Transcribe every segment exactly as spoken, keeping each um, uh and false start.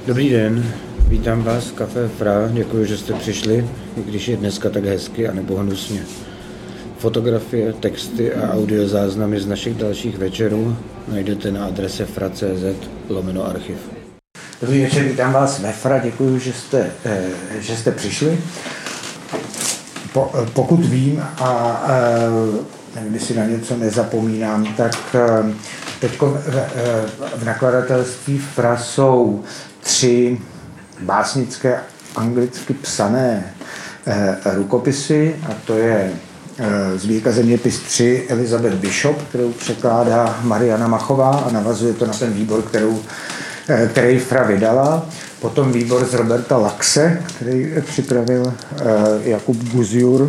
Dobrý den, vítám vás v Café Fra, děkuji, že jste přišli, i když je dneska tak hezky a nebo hnusně. Fotografie, texty a audiozáznamy z našich dalších večerů najdete na adrese fra.cz lomeno archiv. Dobrý večer, vítám vás ve Fra, děkuji, že jste, že jste přišli. Po, pokud vím a nevím, jestli na něco nezapomínám, tak teď v, v nakladatelství Fra jsou tři básnické anglicky psané rukopisy, a to je sbírka Zeměpis tři Elizabeth Bishop, kterou překládá Mariana Machová a navazuje to na ten výbor, kterou, který Fra vydala. Potom výbor z Roberta Laxe, který připravil Jakub Guzjur,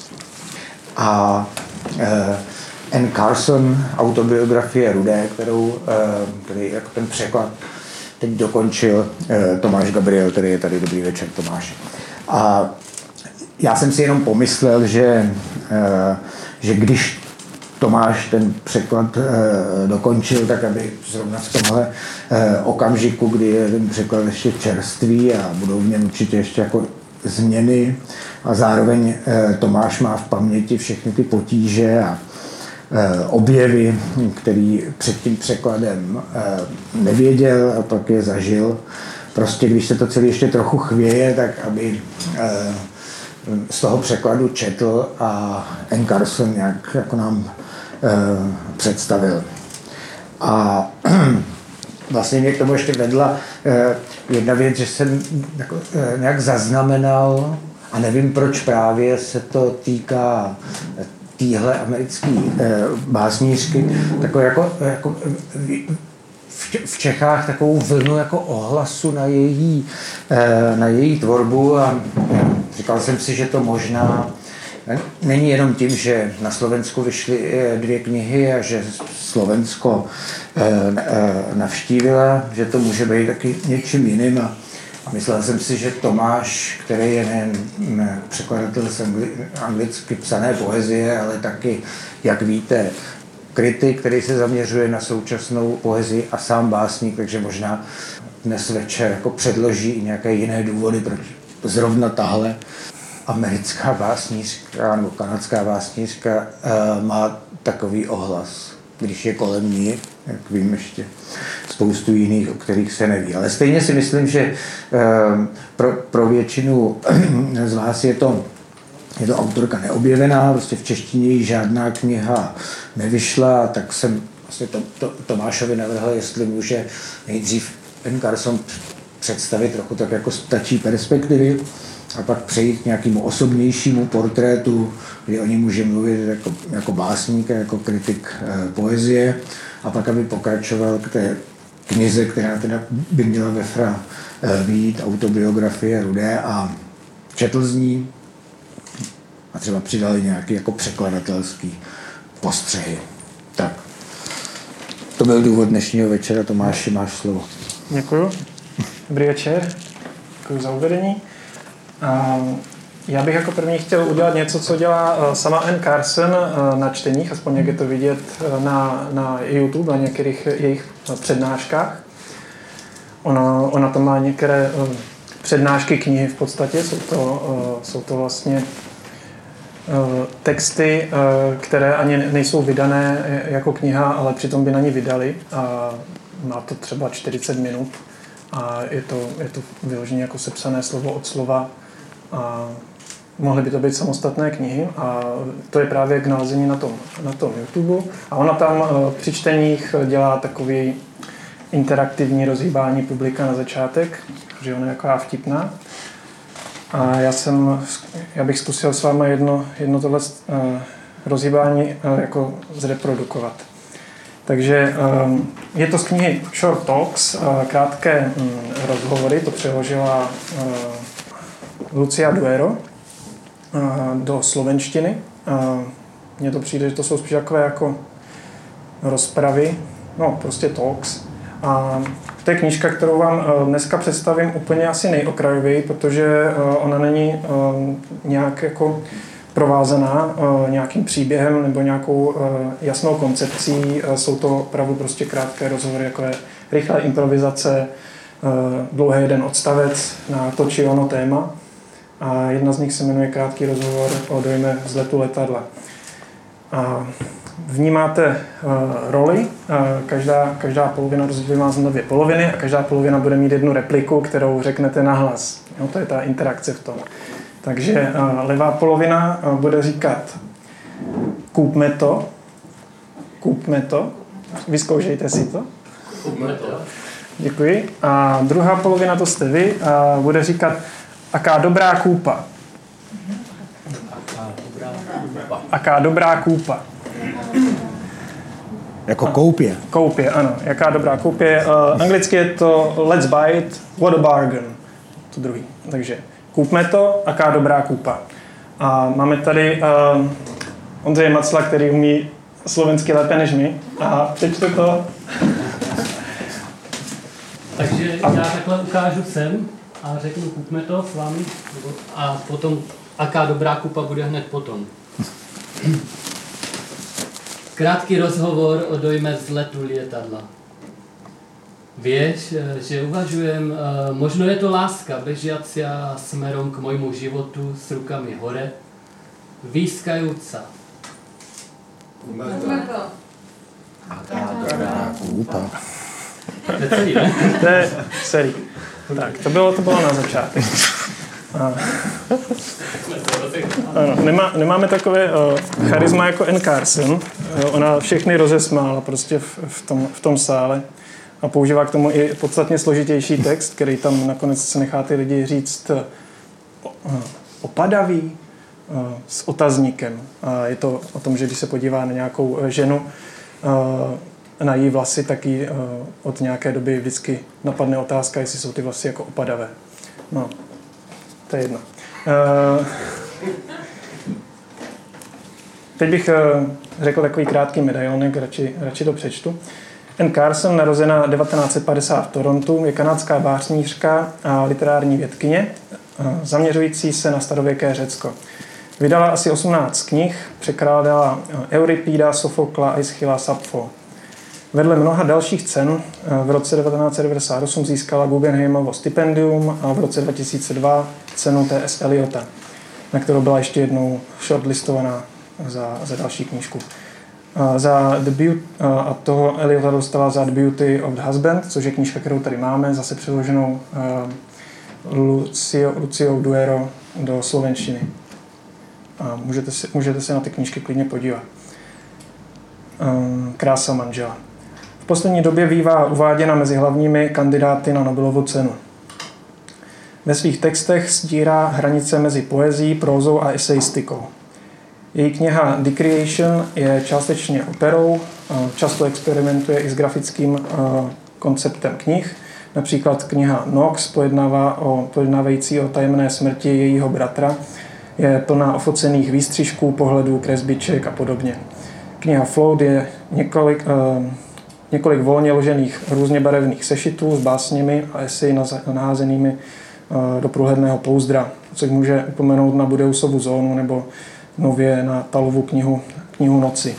a N. Carson, autobiografie Rudé, kterou, který jako ten překlad teď dokončil Tomáš Gabriel, který je tady. Dobrý večer, Tomáš. A já jsem si jenom pomyslel, že, že když Tomáš ten překlad dokončil, tak aby zrovna v tomhle okamžiku, kdy je ten překlad ještě čerstvý a budou v něm určitě ještě jako změny, a zároveň Tomáš má v paměti všechny ty potíže a objevy, který před tím překladem nevěděl a pak je zažil. Prostě když se to celé ještě trochu chvěje, tak aby z toho překladu četl a N. Carson nějak jako nám představil. A vlastně mě k tomu ještě vedla jedna věc, že jsem nějak zaznamenal, a nevím, proč právě se to týká týhle americký eh, básnířky, takové jako, jako v, v Čechách takovou vlnu jako ohlasu na její, eh, na její tvorbu, a říkal jsem si, že to možná není jenom tím, že na Slovensku vyšly dvě knihy a že Slovensko eh, navštívila, že to může být taky něčím jiným. A A myslel jsem si, že Tomáš, který je nejen ne, překladatel z angli, anglicky psané poezie, ale taky, jak víte, kritik, který se zaměřuje na současnou poezii a sám básník, takže možná dnes večer jako předloží i nějaké jiné důvody, proč zrovna tahle americká básnířka nebo kanadská básnířka uh, má takový ohlas, když je kolem ní, jak vím, ještě spoustu jiných, o kterých se neví. Ale stejně si myslím, že pro, pro většinu z vás je to, je to autorka neobjevená, prostě v češtině jí žádná kniha nevyšla, tak jsem vlastně to, to, Tomášovi navrhl, jestli může nejdřív N. Carson představit trochu tak jako stačí perspektivy a pak přejít k nějakému osobnějšímu portrétu, kdy o ní může mluvit jako, jako básník, jako kritik eh, poezie, a pak aby pokračoval k té knize, která teda by měla ve Fra eh, vyjít, autobiografie Rudé, a četl z ní a třeba přidali nějaký jako překladatelský postřehy. Tak, to byl důvod dnešního večera. Tomáši, máš slovo. Děkuju. Dobrý večer. Děkuju za uvedení. Um, já bych jako první chtěl udělat něco, co dělá uh, sama N. Carson uh, na čteních, aspoň jak je to vidět uh, na, na YouTube, na některých jejich uh, přednáškách. Ona, ona tam má některé uh, přednášky, knihy v podstatě, jsou to, uh, jsou to vlastně uh, texty, uh, které ani nejsou vydané jako kniha, ale přitom by na ní vydali. A má to třeba čtyřicet minut a je to, je to vyloženě jako sepsané slovo od slova. A mohly by to být samostatné knihy, a to je právě k nalezení na tom, na tom YouTube. A ona tam při čteních dělá takový interaktivní rozhýbání publika na začátek, že ona je taková vtipná. A já, jsem, já bych zkusil s vámi jedno, jedno tohle rozhýbání jako zreprodukovat. Takže je to z knihy Short Talks, krátké rozhovory, to přeložila Lucia Duero do slovenštiny. Mně to přijde, že to jsou spíš takové jako rozpravy, no prostě talks. A to je knížka, kterou vám dneska představím úplně asi nejokrajověji, protože ona není nějak jako provázaná nějakým příběhem nebo nějakou jasnou koncepcí. Jsou to opravdu prostě krátké rozhovory, jako je rychlé improvizace, dlouhý jeden odstavec na to či ono téma. A jedna z nich se jmenuje Krátký rozhovor o dojme vzletu letadla. A vnímáte uh, roli, uh, každá, každá polovina rozdělí vás na dvě poloviny a každá polovina bude mít jednu repliku, kterou řeknete nahlas. Jo, to je ta interakce v tom. Takže uh, levá polovina uh, bude říkat kupme to, kupme to, vyzkoušejte si to. Kupme to. Děkuji. A druhá polovina, to jste vy, uh, bude říkat aká dobrá kůpa. Aká dobrá kůpa. Jako koupě. Koupě, ano. Jaká dobrá koupě. Uh, anglicky je to let's buy it, what a bargain. To druhý. Takže koupme to, aká dobrá kůpa. A máme tady uh, Ondřeje Macla, který umí slovensky lépe než my. A přečtu to. Takže já takhle ukážu sem a řeknu kupme to s vámi a potom aká dobrá kupa bude hned potom. Krátký rozhovor o dojme vzletu lietadla. Vieš, že uvažujem, možno je to láska bežiacia smerom k môjmu životu s rukami hore, výskajúca. Aká dobrá kůpa. To je celý, ne? To je celý. Tak, to bylo, to bylo na začátku. A, ano, nemá, nemáme takové uh, charisma jako Anne Carson. Uh, ona všechny rozesmála prostě v, v, tom, v tom sále a používá k tomu i podstatně složitější text, který tam nakonec se nechá ty lidi říct uh, opadavý uh, s otazníkem. A je to o tom, že když se podívá na nějakou uh, ženu, uh, na její vlasy, tak jí uh, od nějaké doby vždycky napadne otázka, jestli jsou ty vlasy jako opadavé. No, to je jedno. Uh, teď bych uh, řekl takový krátký medailonek, radši, radši to přečtu. Anne Carson, narozená devatenáct set padesát v Torontu, je kanadská básnířka a literární vědkyně, uh, zaměřující se na starověké Řecko. Vydala asi osmnáct knih, překládala Euripida, Sofokla, Aeschyla, Sappho. Vedle mnoha dalších cen v roce devatenáct set devadesát osm získala Guggenheimovo stipendium a v roce dva tisíce dva cenu T S. Eliota, na kterou byla ještě jednou shortlistovaná za, za další knížku. A, za the beauty, a toho Eliota dostala za The Beauty of the Husband, což je knížka, kterou tady máme, zase přeloženou Lucio, Luciou Duero do slovenštiny. A můžete, si, můžete se na ty knížky klidně podívat. Krása manžela. V poslední době bývá uváděna mezi hlavními kandidáty na Nobelovu cenu. Ve svých textech stírá hranice mezi poezií, prózou a eseistikou. Její kniha The Creation je částečně operou, často experimentuje i s grafickým konceptem knih. Například kniha Nox, pojednává o, pojednávající o tajemné smrti jejího bratra, je plná ofocených výstřižků, pohledů, kresbiček a podobně. Kniha Float je několik, uh, několik volně ložených různě barevných sešitů s básněmi a esej naházenými uh, do průhledného pouzdra, což může upomenout na Budeusovu zónu nebo nově na Talovu knihu, knihu Noci.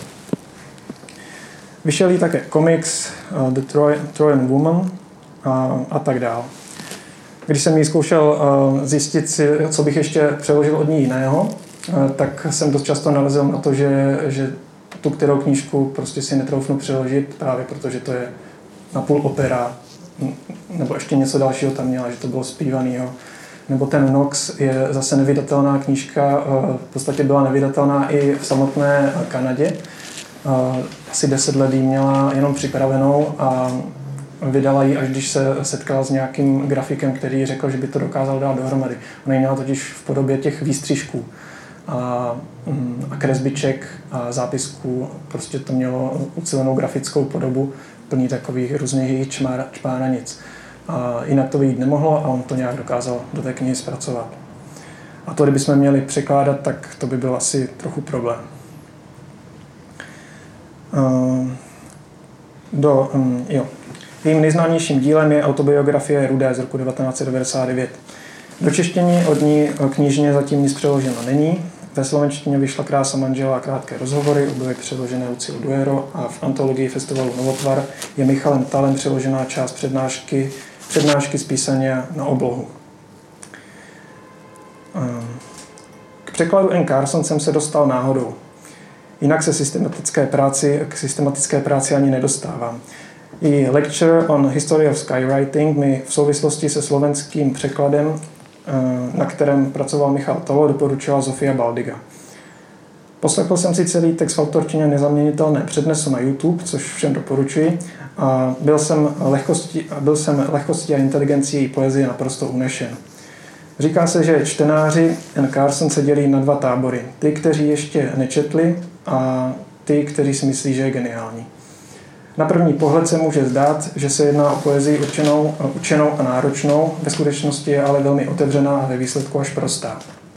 Vyšel jí také komiks uh, The Troy, Trojan Woman a, a tak dál. Když jsem ji zkoušel uh, zjistit si, co bych ještě přeložil od ní jiného, uh, tak jsem dost často nalezl na to, že, že tu kterou knížku prostě si netroufnu přeložit, právě protože to je napůl opera, nebo ještě něco dalšího tam měla, že to bylo zpívanýho. Nebo ten Nox je zase nevydatelná knížka, v podstatě byla nevydatelná i v samotné Kanadě. Asi deset let jí měla jenom připravenou a vydala ji, až když se setkala s nějakým grafikem, který řekl, že by to dokázal dát dohromady. Ona ji měla totiž v podobě těch výstřižků a, a kresbiček a zápisků. Prostě to mělo ucelenou grafickou podobu, plný takových různých čmáranic. A jinak to vyjít nemohlo a on to nějak dokázal do té knihy zpracovat. A to, kdybychom měli překládat, tak to by byl asi trochu problém. Do, jo. Jejím nejznámějším dílem je autobiografie Rudé z roku devatenáct set devadesát devět. Do češtiny od ní knižně zatím nic přeloženo není. Ve slovenštině vyšla Krása manžela a krátké rozhovory, obě přeložené Luciou Duero, a v antologii festivalu Novotvar je Michalem Talem přeložená část přednášky přednášky z písaně na oblohu. K překladu N. Carson jsem se dostal náhodou. Jinak se systematické práci, k systematické práci ani nedostávám. I Lecture on History of Skywriting mi v souvislosti se slovenským překladem, na kterém pracoval Michal Tolo, doporučila Zofia Baldiga. Poslechl jsem si celý text v autorčině Nezaměnitelné přednesu na YouTube, což všem doporučuji, a byl jsem lehkostí, byl jsem lehkostí a inteligencí její poezie naprosto unešen. Říká se, že čtenáři N. Carson se dělí na dva tábory. Ty, kteří ještě nečetli, a ty, kteří si myslí, že je geniální. Na první pohled se může zdát, že se jedná o poezii učenou, učenou a náročnou, ve skutečnosti je ale velmi otevřená a ve výsledku až prostá.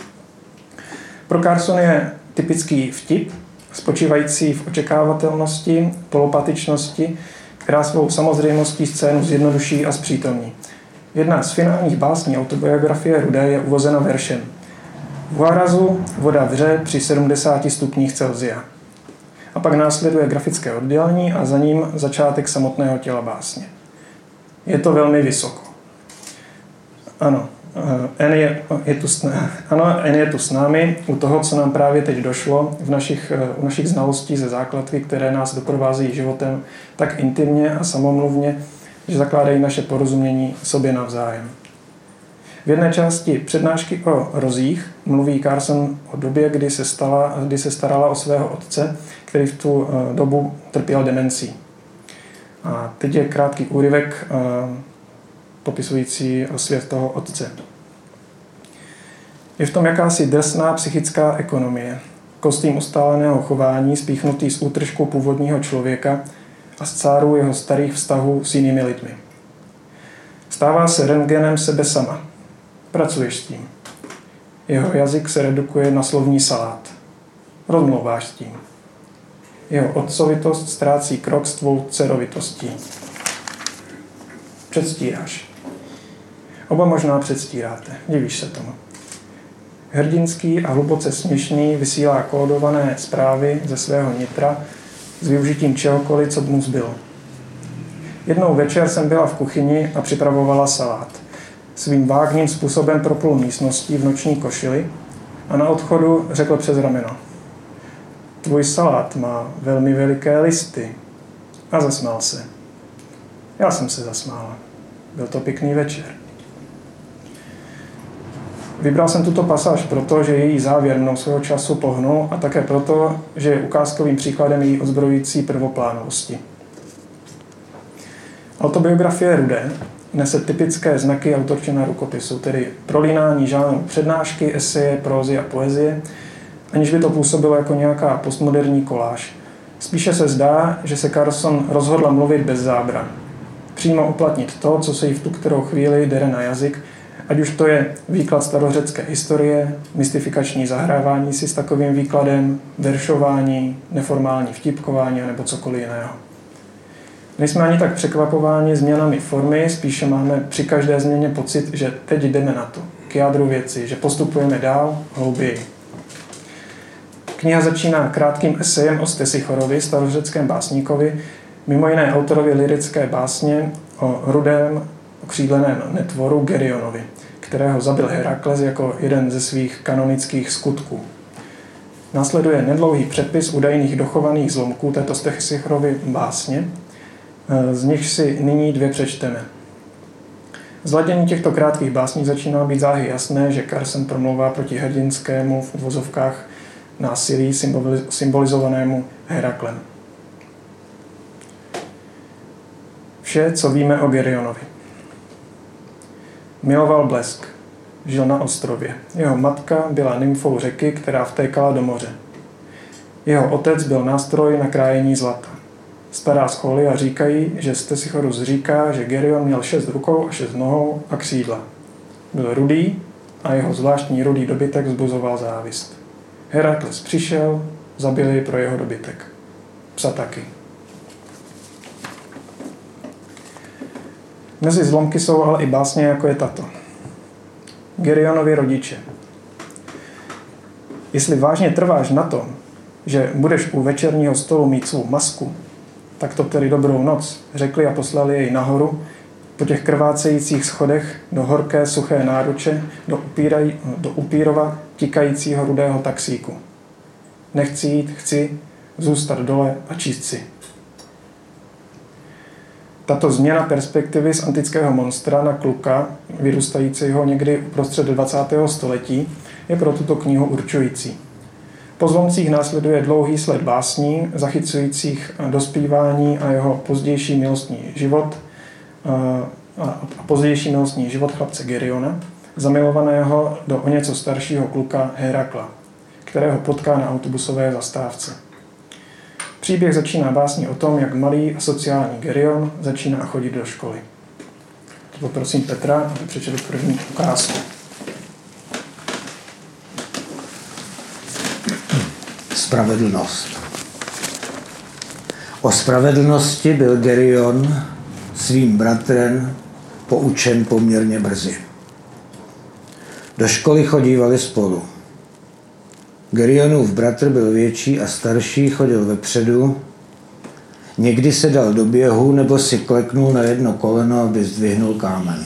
Pro Carson je typický vtip, spočívající v očekávatelnosti, polopatičnosti, která svou samozřejmostí scénu zjednoduší a zpřítomní. Jedna z finálních básní autobiografie Rudé je uvozena veršem. V Huarazu voda vře při sedmdesáti stupních Celsia. A pak následuje grafické oddělení a za ním začátek samotného těla básně. Je to velmi vysoko. Ano, N je, je tu s, ano, N je tu s námi u toho, co nám právě teď došlo v našich, u našich znalostí ze základky, které nás doprovázejí životem tak intimně a samomluvně, že zakládají naše porozumění sobě navzájem. V jedné části přednášky o rozích mluví Carson o době, kdy se, stala, kdy se starala o svého otce, který v tu dobu trpěl demencí. A teď je krátký úryvek popisující svět toho otce. Je v tom jakási drsná psychická ekonomie, kostým ustáleného chování spíchnutý z útržku původního člověka a z cáru jeho starých vztahů s jinými lidmi. Stává se rentgenem sebe sama. Pracuješ s tím. Jeho jazyk se redukuje na slovní salát. Rozmlouváš s tím. Jeho otcovitost ztrácí krok s tvou dcerovitostí. Předstíráš. Oba možná předstíráte. Divíš se tomu. Hrdinský a hluboce směšný vysílá kódované zprávy ze svého nitra s využitím čehokoliv, co mu zbylo. Jednou večer jsem byla v kuchyni a připravovala salát. Svým vágním způsobem proplul místností v noční košili a na odchodu řekl přes rameno. Tvůj salát má velmi veliké listy. A zasmál se. Já jsem se zasmála. Byl to pěkný večer. Vybral jsem tuto pasáž proto, že její závěr mnou svého času pohnul a také proto, že je ukázkovým příkladem její ozbrojující prvoplánovosti. Autobiografie Rudé nese typické znaky autorčina rukopisu, tedy prolínání žánru přednášky, eseje, prózy a poezie, aniž by to působilo jako nějaká postmoderní koláž. Spíše se zdá, že se Carson rozhodla mluvit bez zábran. Přímo uplatnit to, co se jí v tu kterou chvíli dere na jazyk, ať už to je výklad starořecké historie, mystifikační zahrávání si s takovým výkladem, veršování, neformální vtipkování nebo cokoliv jiného. Nejsme ani tak překvapováni změnami formy, spíše máme při každé změně pocit, že teď jdeme na to, k jádru věci, že postupujeme dál, hlouběji. Kniha začíná krátkým esejem o Stesichorovi, starořeckém básníkovi, mimo jiné autorovi lyrické básně o rudém okřídleném netvoru Gerionovi, kterého zabil Herakles jako jeden ze svých kanonických skutků. Následuje nedlouhý přepis údajných dochovaných zlomků této Stesichorovy básně, z nich si nyní dvě přečteme. Z hladění těchto krátkých básní začíná být záhy jasné, že Carson promlouvá proti hrdinskému v uvozovkách násilí symbolizovanému Heraklem. Vše, co víme o Gerionovi. Miloval blesk. Žil na ostrově. Jeho matka byla nymfou řeky, která vtékala do moře. Jeho otec byl nástroj na krájení zlata. Stará scholia říkají, že Stesichorus říká, že Gerion měl šest rukou a šest nohou a křídla. Byl rudý a jeho zvláštní rudý dobytek vzbuzoval závist. Herakles přišel, zabil jej pro jeho dobytek. Psa taky. Mezi zlomky jsou ale i básně, jako je tato. Gerionovi rodiče. Jestli vážně trváš na tom, že budeš u večerního stolu mít svou masku, tak to tedy dobrou noc, řekli a poslali jej nahoru, po těch krvácejících schodech do horké, suché náruče, do, upíraj, do upírova tikajícího rudého taxíku. Nechci jít, chci zůstat dole a číst si. Tato změna perspektivy z antického monstra na kluka, vyrůstajícího někdy uprostřed dvacátého století, je pro tuto knihu určující. Po zlomcích následuje dlouhý sled básní, zachycujících dospívání a jeho pozdější milostný život a pozdější milostný život chlapce Geriona, zamilovaného do o něco staršího kluka Herakla, kterého potká na autobusové zastávce. Příběh začíná básní o tom, jak malý a sociální Gerion začíná chodit do školy. Poprosím Petra, aby přečetl první ukázku. Spravedlnost. O spravedlnosti byl Gerion svým bratrem poučen poměrně brzy. Do školy chodívali spolu. Gerionův bratr byl větší a starší, chodil vepředu. Někdy se dal do běhu nebo si kleknul na jedno koleno, aby zdvihnul kámen.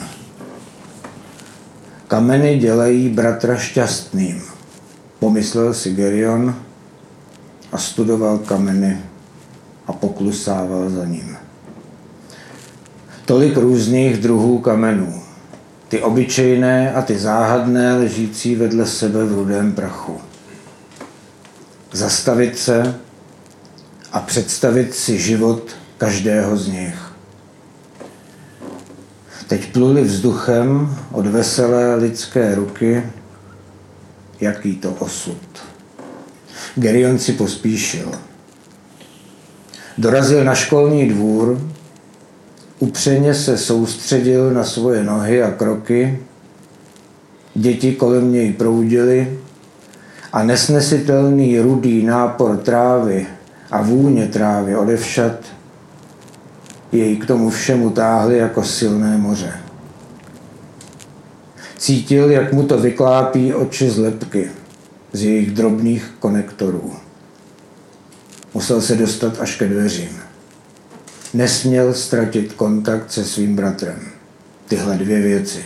Kameny dělají bratra šťastným, pomyslel si Gerion a studoval kameny a poklusával za ním. Tolik různých druhů kamenů. Ty obyčejné a ty záhadné ležící vedle sebe v rudém prachu. Zastavit se a představit si život každého z nich. Teď pluli vzduchem od veselé lidské ruky, jaký to osud. Gerion si pospíšil. Dorazil na školní dvůr, upřeně se soustředil na svoje nohy a kroky, děti kolem něj proudily a nesnesitelný rudý nápor trávy a vůně trávy odevšad jej k tomu všemu táhly jako silné moře. Cítil, jak mu to vyklápí oči z lebky, z jejich drobných konektorů. Musel se dostat až ke dveřím. Nesměl ztratit kontakt se svým bratrem. Tyhle dvě věci.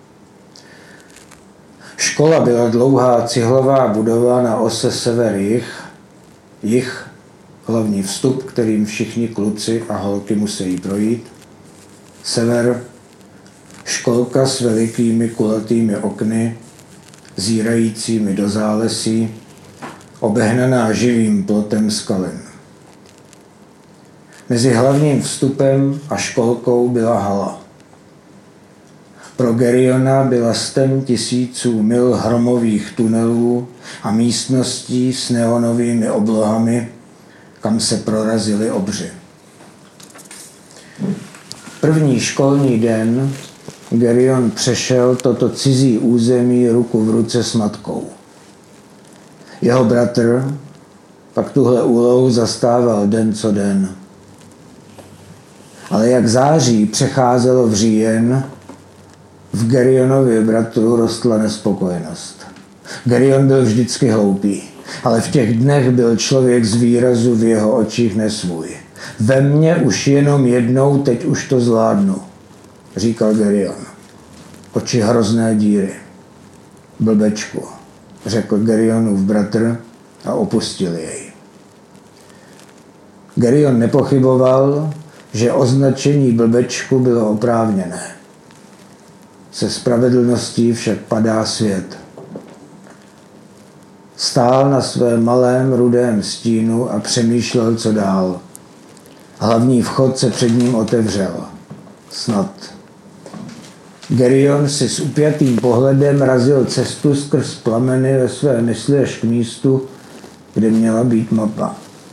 Škola byla dlouhá cihlová budova na ose sever-jih. Jih, hlavní vstup, kterým všichni kluci a holky musí projít. Sever, školka s velikými kulatými okny, zírajícími do zálesí, obehnaná živým plotem skalin. Mezi hlavním vstupem a školkou byla hala. Pro Geriona byla stem tisíců mil hromových tunelů a místností s neonovými oblohami, kam se prorazili obři. První školní den Gerion přešel toto cizí území ruku v ruce s matkou. Jeho bratr pak tuhle úlohu zastával den co den. Ale jak září přecházelo v říjen, v Gerionově bratru rostla nespokojenost. Gerion byl vždycky hloupý, ale v těch dnech byl člověk z výrazu v jeho očích nesvůj. Ve mně už jenom jednou, teď už to zvládnu, říkal Gerion. Oči hrozné díry. Blbečku, řekl Gerionův bratr a opustil jej. Gerion nepochyboval, že označení blbečku bylo oprávněné. Se spravedlností však padá svět. Stál na svém malém rudém stínu a přemýšlel, co dál. Hlavní vchod se před ním otevřel. Snad. Gerion si s upjatým pohledem razil cestu skrz plameny ve své mysli až k místu, kde měla být mapa.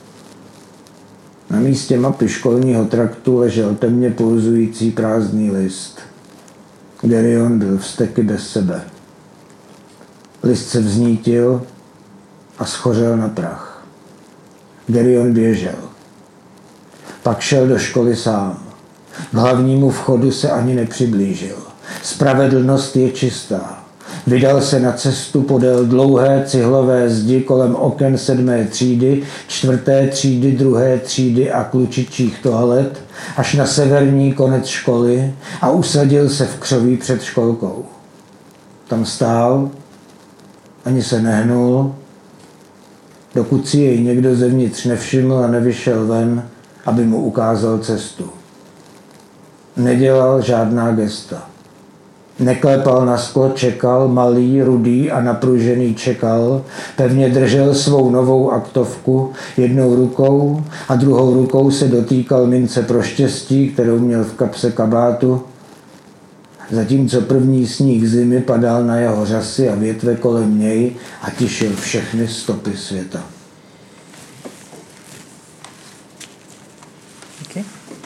Na místě mapy školního traktu ležel temně pulzující prázdný list. Gerion byl vzteky bez sebe. List se vznítil a schořel na prach. Gerion běžel. Pak šel do školy sám. K hlavnímu vchodu se ani nepřiblížil. Spravedlnost je čistá. Vydal se na cestu podél dlouhé cihlové zdi kolem oken sedmé třídy, čtvrté třídy, druhé třídy a klučičích toalet až na severní konec školy a usadil se v křoví před školkou. Tam stál, ani se nehnul, dokud si jej někdo zevnitř nevšiml a nevyšel ven, aby mu ukázal cestu. Nedělal žádná gesta. Neklepal na sklo, čekal, malý, rudý a napružený čekal, pevně držel svou novou aktovku jednou rukou a druhou rukou se dotýkal mince pro štěstí, kterou měl v kapse kabátu, zatímco první sníh zimy padal na jeho řasy a větve kolem něj a tišil všechny stopy světa. Díky.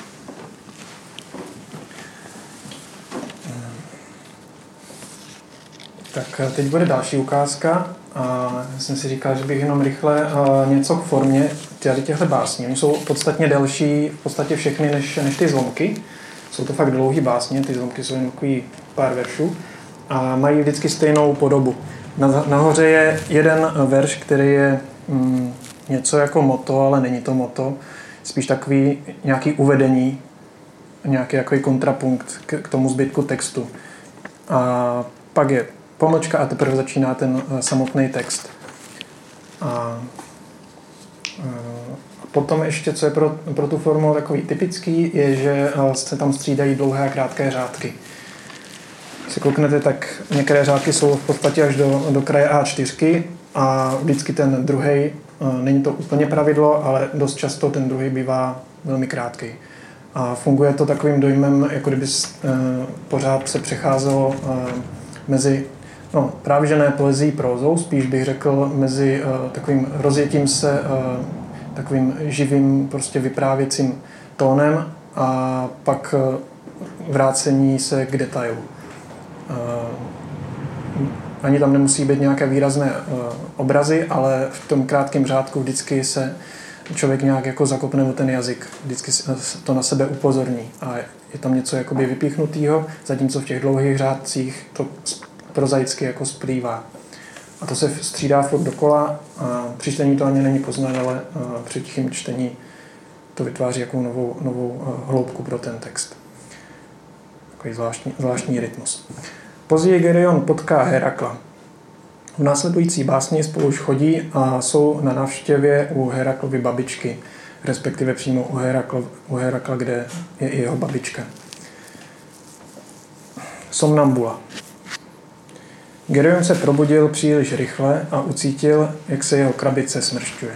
Tak teď bude další ukázka. A já jsem si říkal, že bych jenom rychle něco k formě těchto básní. Oni jsou podstatně delší, v podstatě všechny, než, než ty zlomky. Jsou to fakt dlouhý básně, ty zlomky jsou jen takový pár veršů a mají vždycky stejnou podobu. Na, nahoře je jeden verš, který je mm, něco jako motto, ale není to motto. Spíš takový nějaký uvedení, nějaký takový kontrapunkt k, k tomu zbytku textu. A pak je pomlčka a teprve začíná ten samotný text. A, a potom ještě, co je pro, pro tu formu takový typický, je, že se tam střídají dlouhé a krátké řádky. Když se kouknete, tak některé řádky jsou v podstatě až do, do kraje á čtyři a vždycky ten druhý, není to úplně pravidlo, ale dost často ten druhý bývá velmi krátký. A funguje to takovým dojmem, jako kdyby pořád se přecházelo mezi, no právě že ne poezí prózou, spíš bych řekl mezi takovým rozjetím se, takovým živým prostě vyprávěcím tónem a pak vrácení se k detailu. Ani tam nemusí být nějaké výrazné obrazy, ale v tom krátkém řádku vždycky se člověk nějak jako zakopne do ten jazyk, vždycky to na sebe upozorní a je tam něco jakoby vypíchnutýho, zatímco v těch dlouhých řádcích to prozaicky jako splývá. A to se střídá furt dokola a při čtení to ani není poznat, ale při tichém čtení to vytváří jakou novou, novou hloubku pro ten text. Takový zvláštní, zvláštní rytmus. Později Gereon potká Herakla. V následující básni spolu už chodí a jsou na návštěvě u Heraklovy babičky, respektive přímo u Herakla, u Herakla, kde je i jeho babička. Somnambula. Gereon se probudil příliš rychle a ucítil, jak se jeho krabice smršťuje.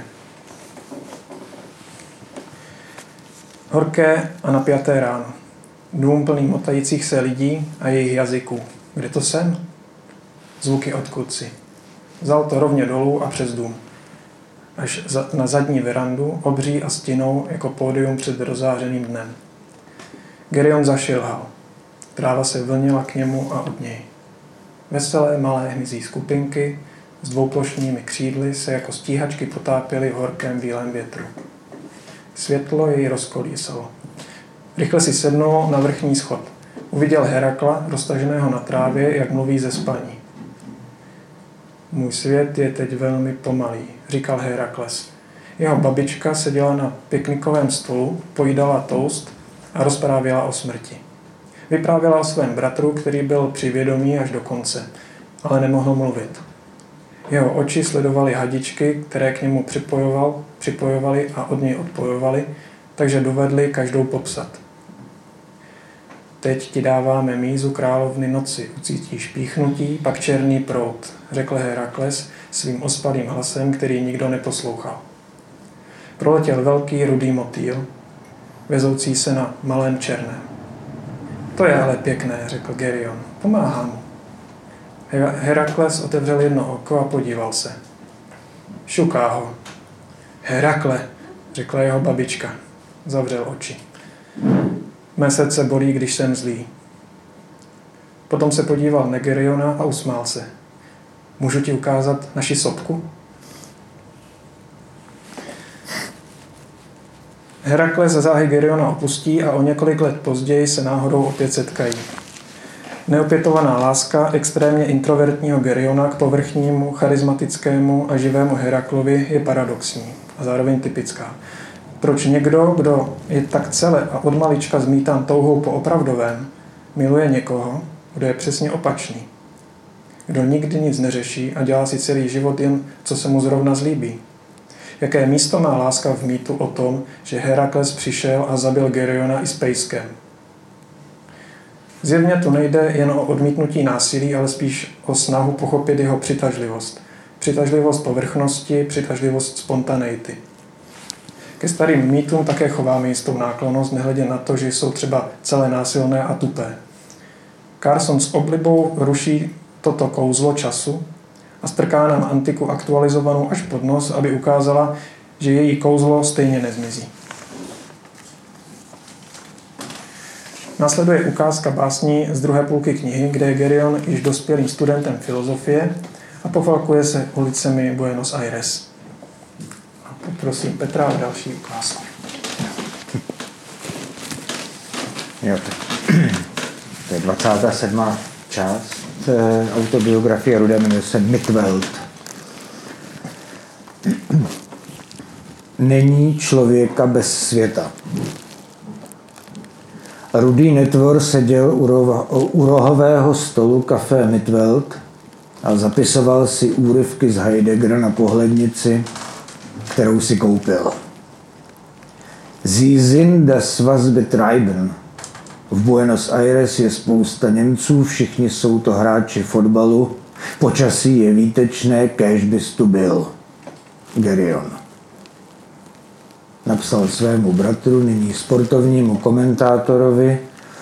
Horké a napjaté ráno. Dům plný motajících se lidí a jejich jazyků. Kde to jsem? Zvuky odkud si. Vzal to rovně dolů a přes dům. Až za, na zadní verandu, obří a stěnou jako pódium před rozářeným dnem. Gereon zašilhal. Tráva se vlnila k němu a od něj. Veselé malé hmyzí skupinky s dvouplošnými křídly se jako stíhačky potápěly v horkém bílém větru. Světlo jej rozkolísalo. Rychle si sednul na vrchní schod. Uviděl Herakla, roztaženého na trávě, jak mluví ze spaní. Můj svět je teď velmi pomalý, říkal Herakles. Jeho babička seděla na piknikovém stolu, pojídala toast a rozprávěla o smrti. Vyprávěla o svém bratru, který byl při vědomí až do konce, ale nemohl mluvit. Jeho oči sledovaly hadičky, které k němu připojoval, připojovaly a od něj odpojovaly, takže dovedli každou popsat. Teď ti dáváme mízu královny noci, ucítíš píchnutí, pak černý proud, řekl Herakles svým ospalým hlasem, který nikdo neposlouchal. Proletěl velký rudý motýl, vezoucí se na malém černém. To je ale pěkné, řekl Gereon. Pomáhá mu. Herakles otevřel jedno oko a podíval se. Šuká ho. Herakle, řekla jeho babička. Zavřel oči. Mé srdce bolí, když jsem zlý. Potom se podíval na Gereona a usmál se. Můžu ti ukázat naši sopku? Herakles záhy Gereona opustí a o několik let později se náhodou opět setkají. Neopětovaná láska extrémně introvertního Geriona k povrchnímu, charismatickému a živému Heraklovi je paradoxní a zároveň typická. Proč někdo, kdo je tak celé a od malička zmítán touhou po opravdovém, miluje někoho, kdo je přesně opačný? Kdo nikdy nic neřeší a dělá si celý život jen, co se mu zrovna zlíbí? Jaké místo má láska v mýtu o tom, že Herakles přišel a zabil Geriona i s pejskem? Zjevně tu nejde jen o odmítnutí násilí, ale spíš o snahu pochopit jeho přitažlivost. Přitažlivost povrchnosti, přitažlivost spontaneity. Ke starým mýtům také chováme jistou náklonnost, nehledě na to, že jsou třeba celé násilné a tupé. Carson s oblibou ruší toto kouzlo času a strká nám antiku aktualizovanou až pod nos, aby ukázala, že její kouzlo stejně nezmizí. Následuje ukázka básní z druhé půlky knihy, kde je Gerion již dospělým studentem filozofie a pofalkuje se ulicemi Buenos Aires. A poprosím Petra o další ukázku. Jo, to je dvacátá sedmá část autobiografie Ruda, jmenuje se Mitwelt. Není člověka bez světa. Rudý netvor seděl u, rova, u rohového stolu kafé Mitwelt a zapisoval si úryvky z Heideggera na pohlednici, kterou si koupil. Sie sind das was betreiben. V Buenos Aires je spousta Němců, všichni jsou to hráči fotbalu, počasí je výtečné, kéž bys tu byl. Gerion. Napsal svému bratru, nyní sportovnímu komentátorovi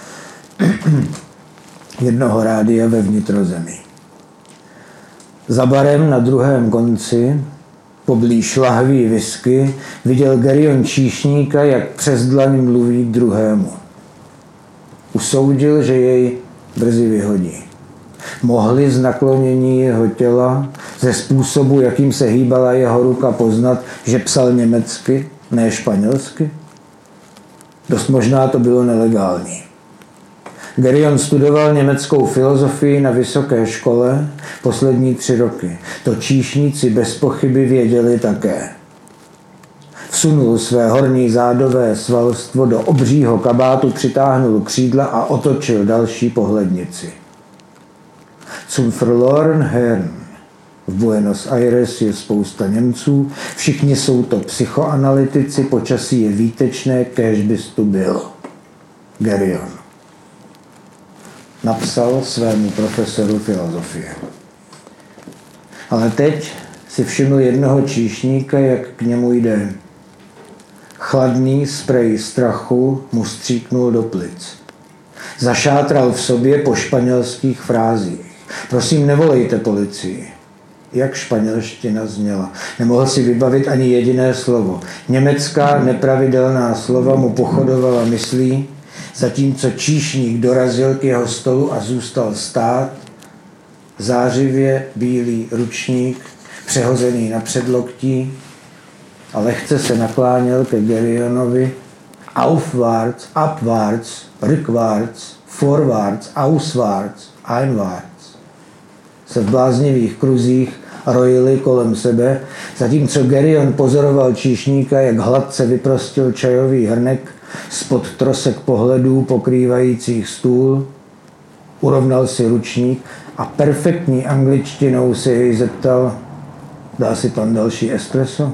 jednoho rádia ve vnitrozemí. Za barem na druhém konci, poblíž lahví whisky, viděl Gerion číšníka, jak přes dlaň mluví k druhému. Usoudil, že jej brzy vyhodí. Mohli z naklonění jeho těla, ze způsobu, jakým se hýbala jeho ruka, poznat, že psal německy, ne španělsky? Dost možná to bylo nelegální. Gerion studoval německou filozofii na vysoké škole poslední tři roky. To číšníci bez pochyby věděli také. Vsunul své horní zádové svalstvo do obřího kabátu, přitáhnul křídla a otočil další pohlednici. Zum verloren Herrn. V Buenos Aires je spousta Němců, všichni jsou to psychoanalytici, počasí je výtečné, kéž bys tu byl. Gerion. Napsal svému profesoru filozofie. Ale teď si všiml jednoho číšníka, jak k němu jde. Chladný sprej strachu mu stříknul do plic. Zašátral v sobě po španělských frázích. Prosím, nevolejte policii. Jak španělština zněla. Nemohl si vybavit ani jediné slovo. Německá nepravidelná slova mu pochodovala myslí, zatímco číšník dorazil k jeho stolu a zůstal stát. Zářivě bílý ručník, přehozený na předloktí, a lehce se nakláněl ke Gerionovi. Aufwärts, abwärts, rückwärts, vorwärts, auswärts, einwärts. Se v bláznivých kruzích rojili kolem sebe, zatímco Gerion pozoroval číšníka, jak hladce vyprostil čajový hrnek spod trosek pohledů pokrývajících stůl, urovnal si ručník a perfektní angličtinou se jej zeptal, dá si pan další espresso?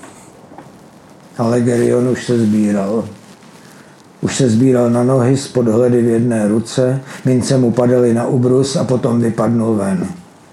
Ale Gerion už se sbíral. Už se sbíral na nohy s podhledy v jedné ruce, mince mu padaly na ubrus a potom vypadnul ven.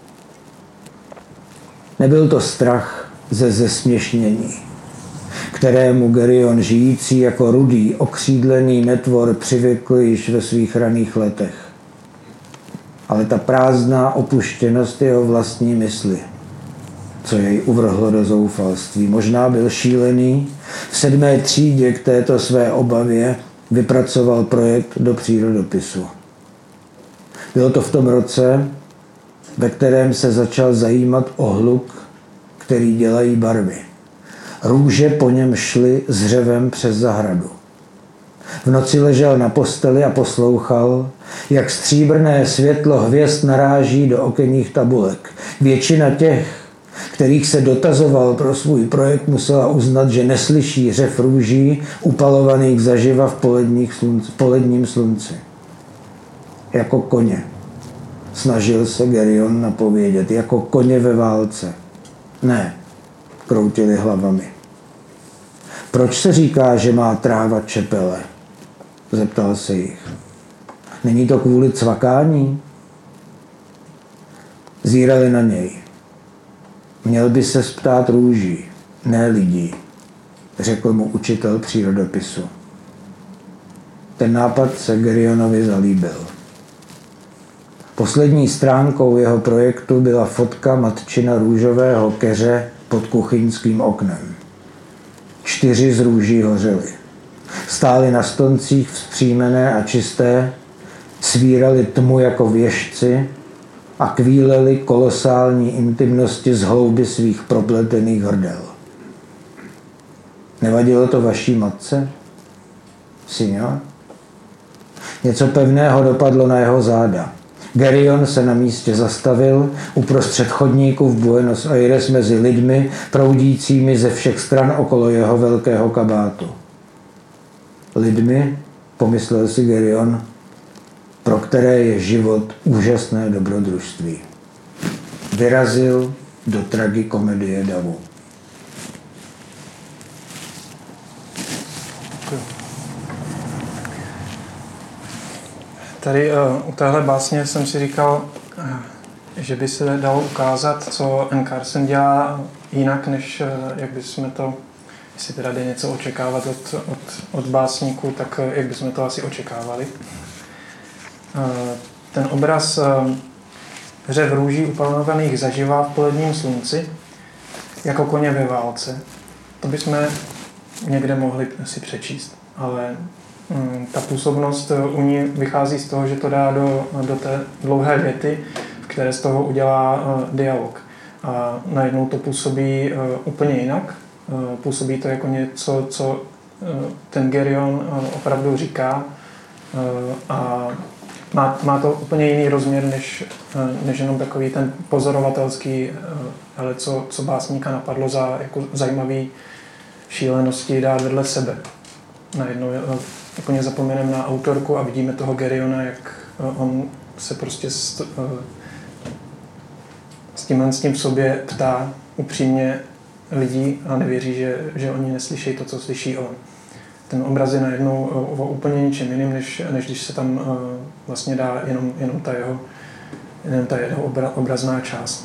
Nebyl to strach ze zesměšnění, kterému Gerion žijící jako rudý, okřídlený netvor přivykl již ve svých raných letech. Ale ta prázdná opuštěnost jeho vlastní mysli, co jej uvrhlo do zoufalství. Možná byl šílený, v sedmé třídě k této své obavě vypracoval projekt do přírodopisu. Bylo to v tom roce, ve kterém se začal zajímat o hluk, který dělají barvy. Růže po něm šly s řevem přes zahradu. V noci ležel na posteli a poslouchal, jak stříbrné světlo hvězd naráží do okenních tabulek. Většina těch, kterých se dotazoval pro svůj projekt, musela uznat, že neslyší řev růží upalovaných zaživa v slunci, poledním slunci. Jako koně. Snažil se Gerion napovědět. Jako koně ve válce. Ne, kroutili hlavami. Proč se říká, že má tráva čepele? Zeptal se jich. Není to kvůli cvakání? Zírali na něj. Měl by se ptát růží, ne lidí, řekl mu učitel přírodopisu. Ten nápad se Gerionovi zalíbil. Poslední stránkou jeho projektu byla fotka matčina růžového keře pod kuchyňským oknem. Čtyři z růží hořely. Stály na stoncích vzpřímené a čisté, svírali tmu jako věžci a kvíleli kolosální intimnosti z hlouby svých propletených hrdel. Nevadilo to vaší matce? Signor? Něco pevného dopadlo na jeho záda. Gerion se na místě zastavil uprostřed chodníku v Buenos Aires mezi lidmi proudícími ze všech stran okolo jeho velkého kabátu. Lidmi, pomyslel si Gerion, pro které je život úžasné dobrodružství. Vyrazil do tragikomedie davu. Tady uh, u téhle básně jsem si říkal, uh, že by se dalo ukázat, co N. Carson dělá jinak, než uh, jak bychom to, jestli teda jde něco očekávat od, od, od básníků, tak uh, jak bychom to asi očekávali. Uh, ten obraz uh, řev růží upalovaných zaživa v poledním slunci, jako koně ve válce, to bychom někde mohli si přečíst, ale ta působnost u ní vychází z toho, že to dá do, do té dlouhé věty, v které z toho udělá uh, dialog. A najednou to působí uh, úplně jinak. Uh, působí to jako něco, co uh, ten Gerion uh, opravdu říká. Uh, a má, má to úplně jiný rozměr, než, uh, než jenom takový ten pozorovatelský, uh, ale co, co básníka napadlo za jako zajímavý šílenosti dát vedle sebe. Najednou uh, úplně zapomeneme na autorku a vidíme toho Geriona, jak on se prostě s, s tím, s tím v sobě ptá upřímně lidí a nevěří, že, že oni neslyší to, co slyší on. Ten obraz je najednou o úplně něčem jiným, než, než když se tam vlastně dá jenom, jenom ta jeho, jenom ta jeho obra, obrazná část.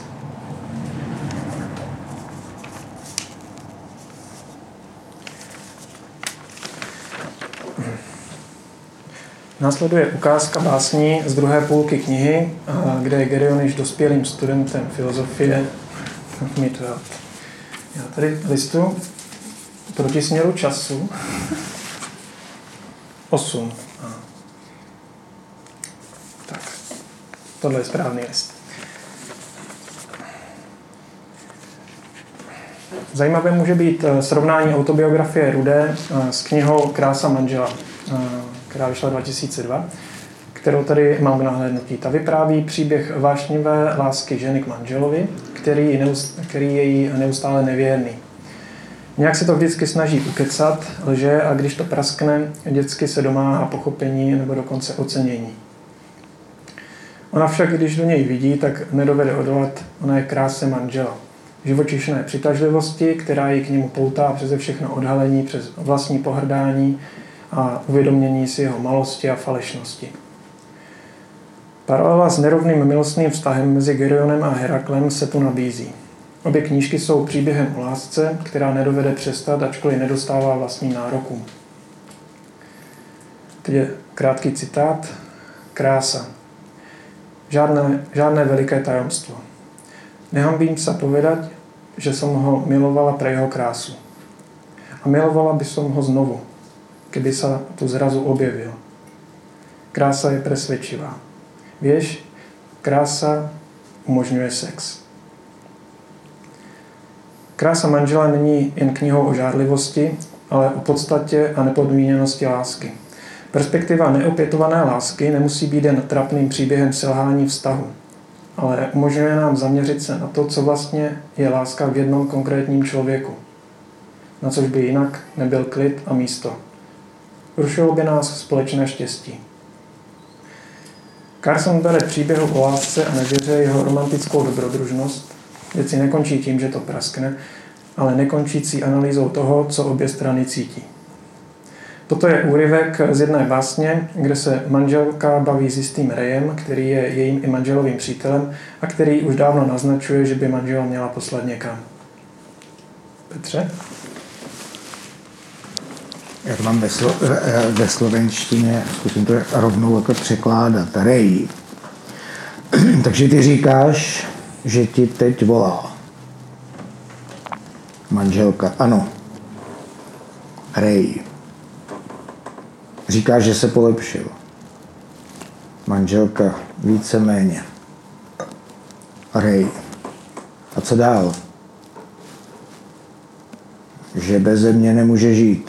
Následuje ukázka básní z druhé půlky knihy, kde je Gerion již dospělým studentem filozofie. Já tady listu proti směru času. osm. Tak, tohle je správný list. Zajímavé může být srovnání autobiografie Rudé s knihou Krása manžela, která vyšla dva tisíce dva, kterou tady mám k nahlédnutí. Ta vypráví příběh vášnivé lásky ženy k manželovi, který, neust, který je jí neustále nevěrný. Nějak se to vždycky snaží ukecat, lže a když to praskne, vždycky se domáhá pochopení nebo dokonce ocenění. Ona však, když do něj vidí, tak nedovede odolat, ona je kráse manžela. Živočišné přitažlivosti, která ji k němu poutá přeze všechno odhalení, přes vlastní pohrdání a uvědomění si jeho malosti a falešnosti. Paralela s nerovným milostným vztahem mezi Gerionem a Heraklem se tu nabízí. Obě knížky jsou příběhem o lásce, která nedovede přestat, ačkoliv nedostává vlastním nárokům. Teď je krátký citát. Krása. Žádné, žádné veliké tajomstvo. Nehambím sa povedať, že som ho milovala pre jeho krásu. A milovala by som ho znovu, keby sa tu zrazu objevil. Krása je presvedčivá. Vieš, krása umožňuje sex. Krása manžela není jen knihou o žárlivosti, ale o podstatě a nepodmíněnosti lásky. Perspektiva neopětované lásky nemusí být jen trapným příběhem selhání vztahu, ale umožňuje nám zaměřit se na to, co vlastně je láska v jednom konkrétním člověku, na což by jinak nebyl klid a místo. Rušilo by nás společné štěstí. Carson bere příběhu o lásce a nevěře jeho romantickou dobrodružnost. Věci nekončí tím, že to praskne, ale nekončící analýzou toho, co obě strany cítí. Toto je úryvek z jedné básně, kde se manželka baví s jistým Rayem, který je jejím i manželovým přítelem a který už dávno naznačuje, že by manžela měla poslat někam. Petře? Já to mám ve, slo, ve slovenštině, zkusím to rovnou jako překládat. Ray. Takže ty říkáš, že ti teď volá manželka. Ano. Ray. Říkáš, že se polepšil. Manželka víceméně. Ray. A co dál? Že beze mě nemůže žít.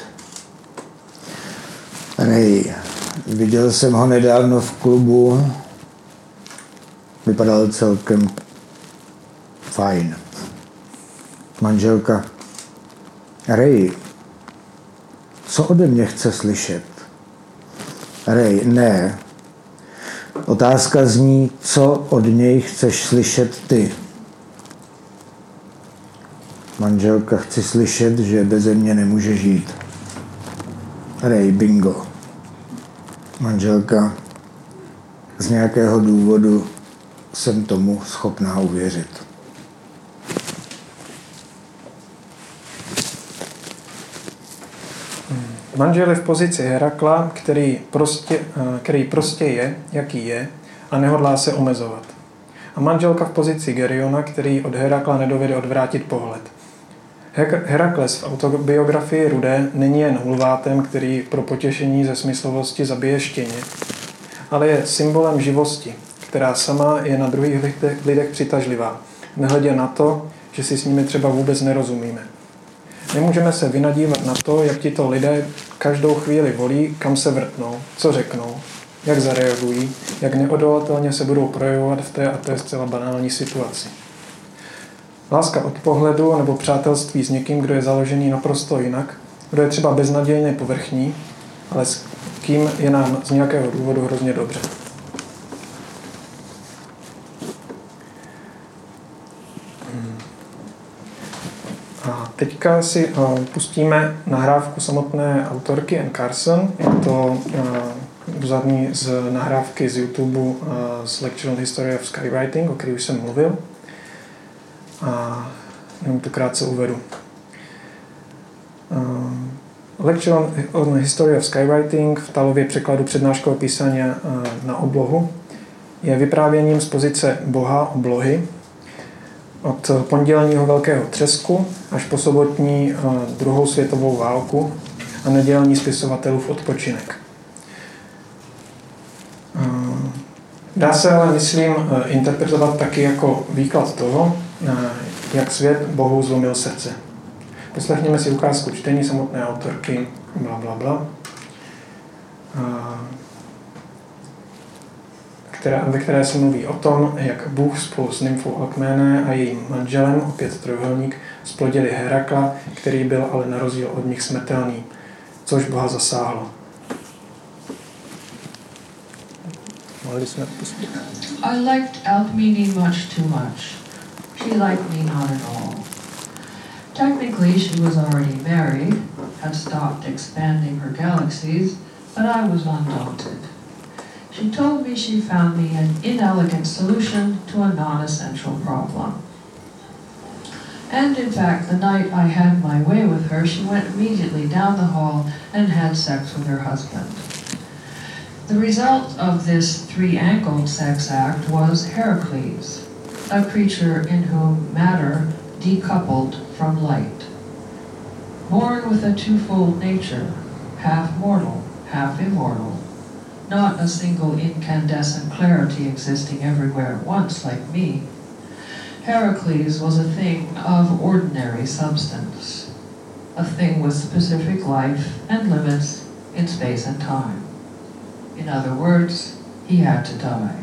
Ray. Viděl jsem ho nedávno v klubu. Vypadal celkem fajn. Manželka. Ray. Co ode mě chce slyšet? Ray, ne. Otázka zní, co od něj chceš slyšet ty. Manželka, chci slyšet, že beze mě nemůže žít. Ray, bingo. Manželka, z nějakého důvodu jsem tomu schopná uvěřit. Manžel je v pozici Herakla, který prostě, který prostě je, jaký je, a nehodlá se omezovat. A manželka v pozici Geriona, který od Herakla nedovede odvrátit pohled. Herakles v autobiografii Rudé není jen hulvátem, který pro potěšení ze smyslovosti zabije štěně, ale je symbolem živosti, která sama je na druhých lidech přitažlivá, nehledě na to, že si s nimi třeba vůbec nerozumíme. Nemůžeme se vynadívat na to, jak tito lidé každou chvíli volí, kam se vrtnou, co řeknou, jak zareagují, jak neodolatelně se budou projevovat v té a té zcela banální situaci. Láska od pohledu nebo přátelství s někým, kdo je založený naprosto jinak, kdo je třeba beznadějně povrchní, ale s kým je nám z nějakého důvodu hrozně dobře. A teďka si uh, pustíme nahrávku samotné autorky Anne Carson. Je to uh, zadní z nahrávky z YouTube uh, z Lecture on History of Skywriting, o který už jsem mluvil. A jenom to krátce uvedu. Uh, Lecture on, on History of Skywriting v Talově překladu přednáškového písaně uh, na oblohu je vyprávěním z pozice boha oblohy, od pondělního velkého třesku až po sobotní druhou světovou válku a nedělní spisovatelův odpočinek. Dá se ale, myslím, interpretovat taky jako výklad toho, jak svět Bohu zlomil srdce. Poslechněme si ukázku čtení samotné autorky, bla, bla, bla. Která, ve které se mluví o tom, jak Bůh spolu s nymfou Alkméné a jejím manželem, opět trojúhelník, splodili Herakla, který byl ale na rozdíl od nich smrtelný, což Boha zasáhlo. Mohli jsme pustit. I liked Alkmene much too much. She liked me not at all. Technically, she was already married, had stopped expanding her galaxies, but I was undaunted. She told me she found me an inelegant solution to a non-essential problem. And in fact, the night I had my way with her, she went immediately down the hall and had sex with her husband. The result of this three-angled sex act was Heracles, a creature in whom matter decoupled from light. Born with a twofold nature, half mortal, half immortal, not a single incandescent clarity existing everywhere at once like me, Heracles was a thing of ordinary substance, a thing with specific life and limits in space and time. In other words, he had to die.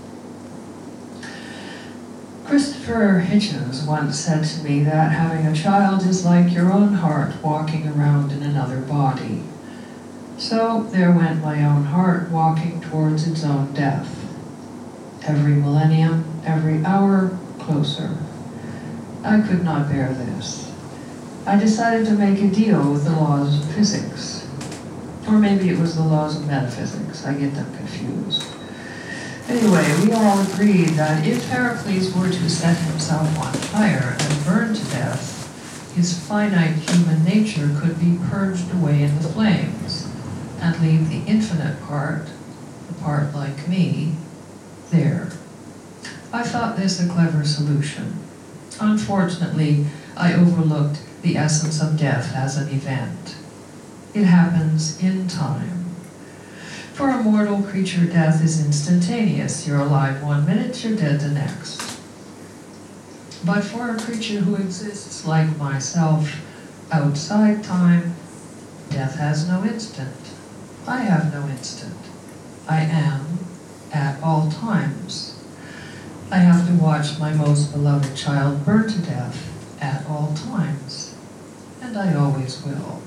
Christopher Hitchens once said to me that having a child is like your own heart walking around in another body. So there went my own heart walking towards its own death. Every millennium, every hour, closer. I could not bear this. I decided to make a deal with the laws of physics. Or maybe it was the laws of metaphysics. I get them confused. Anyway, we all agreed that if Heracles were to set himself on fire and burn to death, his finite human nature could be purged away in the flames and leave the infinite part, the part like me, there. I thought this a clever solution. Unfortunately, I overlooked the essence of death as an event. It happens in time. For a mortal creature, death is instantaneous. You're alive one minute, you're dead the next. But for a creature who exists like myself outside time, death has no instant. I have no instant. I am at all times. I have to watch my most beloved child burn to death at all times. And I always will.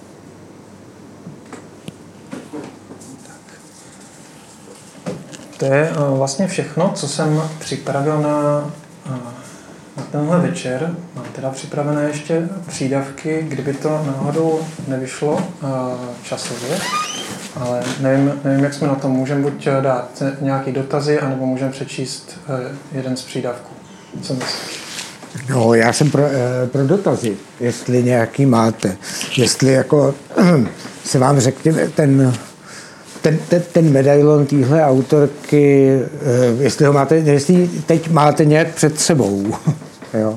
To je vlastně všechno, co jsem připravil na, na tenhle večer. Mám teda připravené ještě přídavky, kdyby to náhodou nevyšlo časově. Ale nevím, nevím, jak jsme na tom. Můžeme buď dát nějaký dotazy, anebo můžeme přečíst jeden z přídavků. Co myslíš? No, já jsem pro, pro dotazy, jestli nějaký máte. Jestli jako se vám řekněme ten... Ten, ten, ten medailon téhle autorky, jestli ho máte, jestli teď máte nějak před sebou. Jo.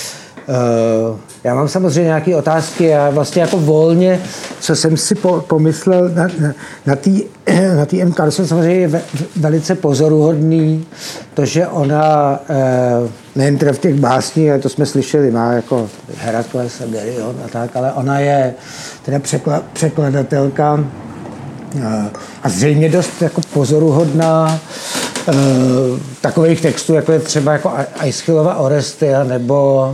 Já mám samozřejmě nějaké otázky, já vlastně jako volně, co jsem si po, pomyslel na, na, na té na Anne Carson, samozřejmě je ve, velice pozoruhodný, to, že ona nejen teda v těch básních, ale to jsme slyšeli, má jako Herakles a Gerion a tak, ale ona je teda překla, překladatelka a zřejmě dost jako pozoruhodná uh, takových textů, jako je třeba jako Aeschylova Orestia nebo,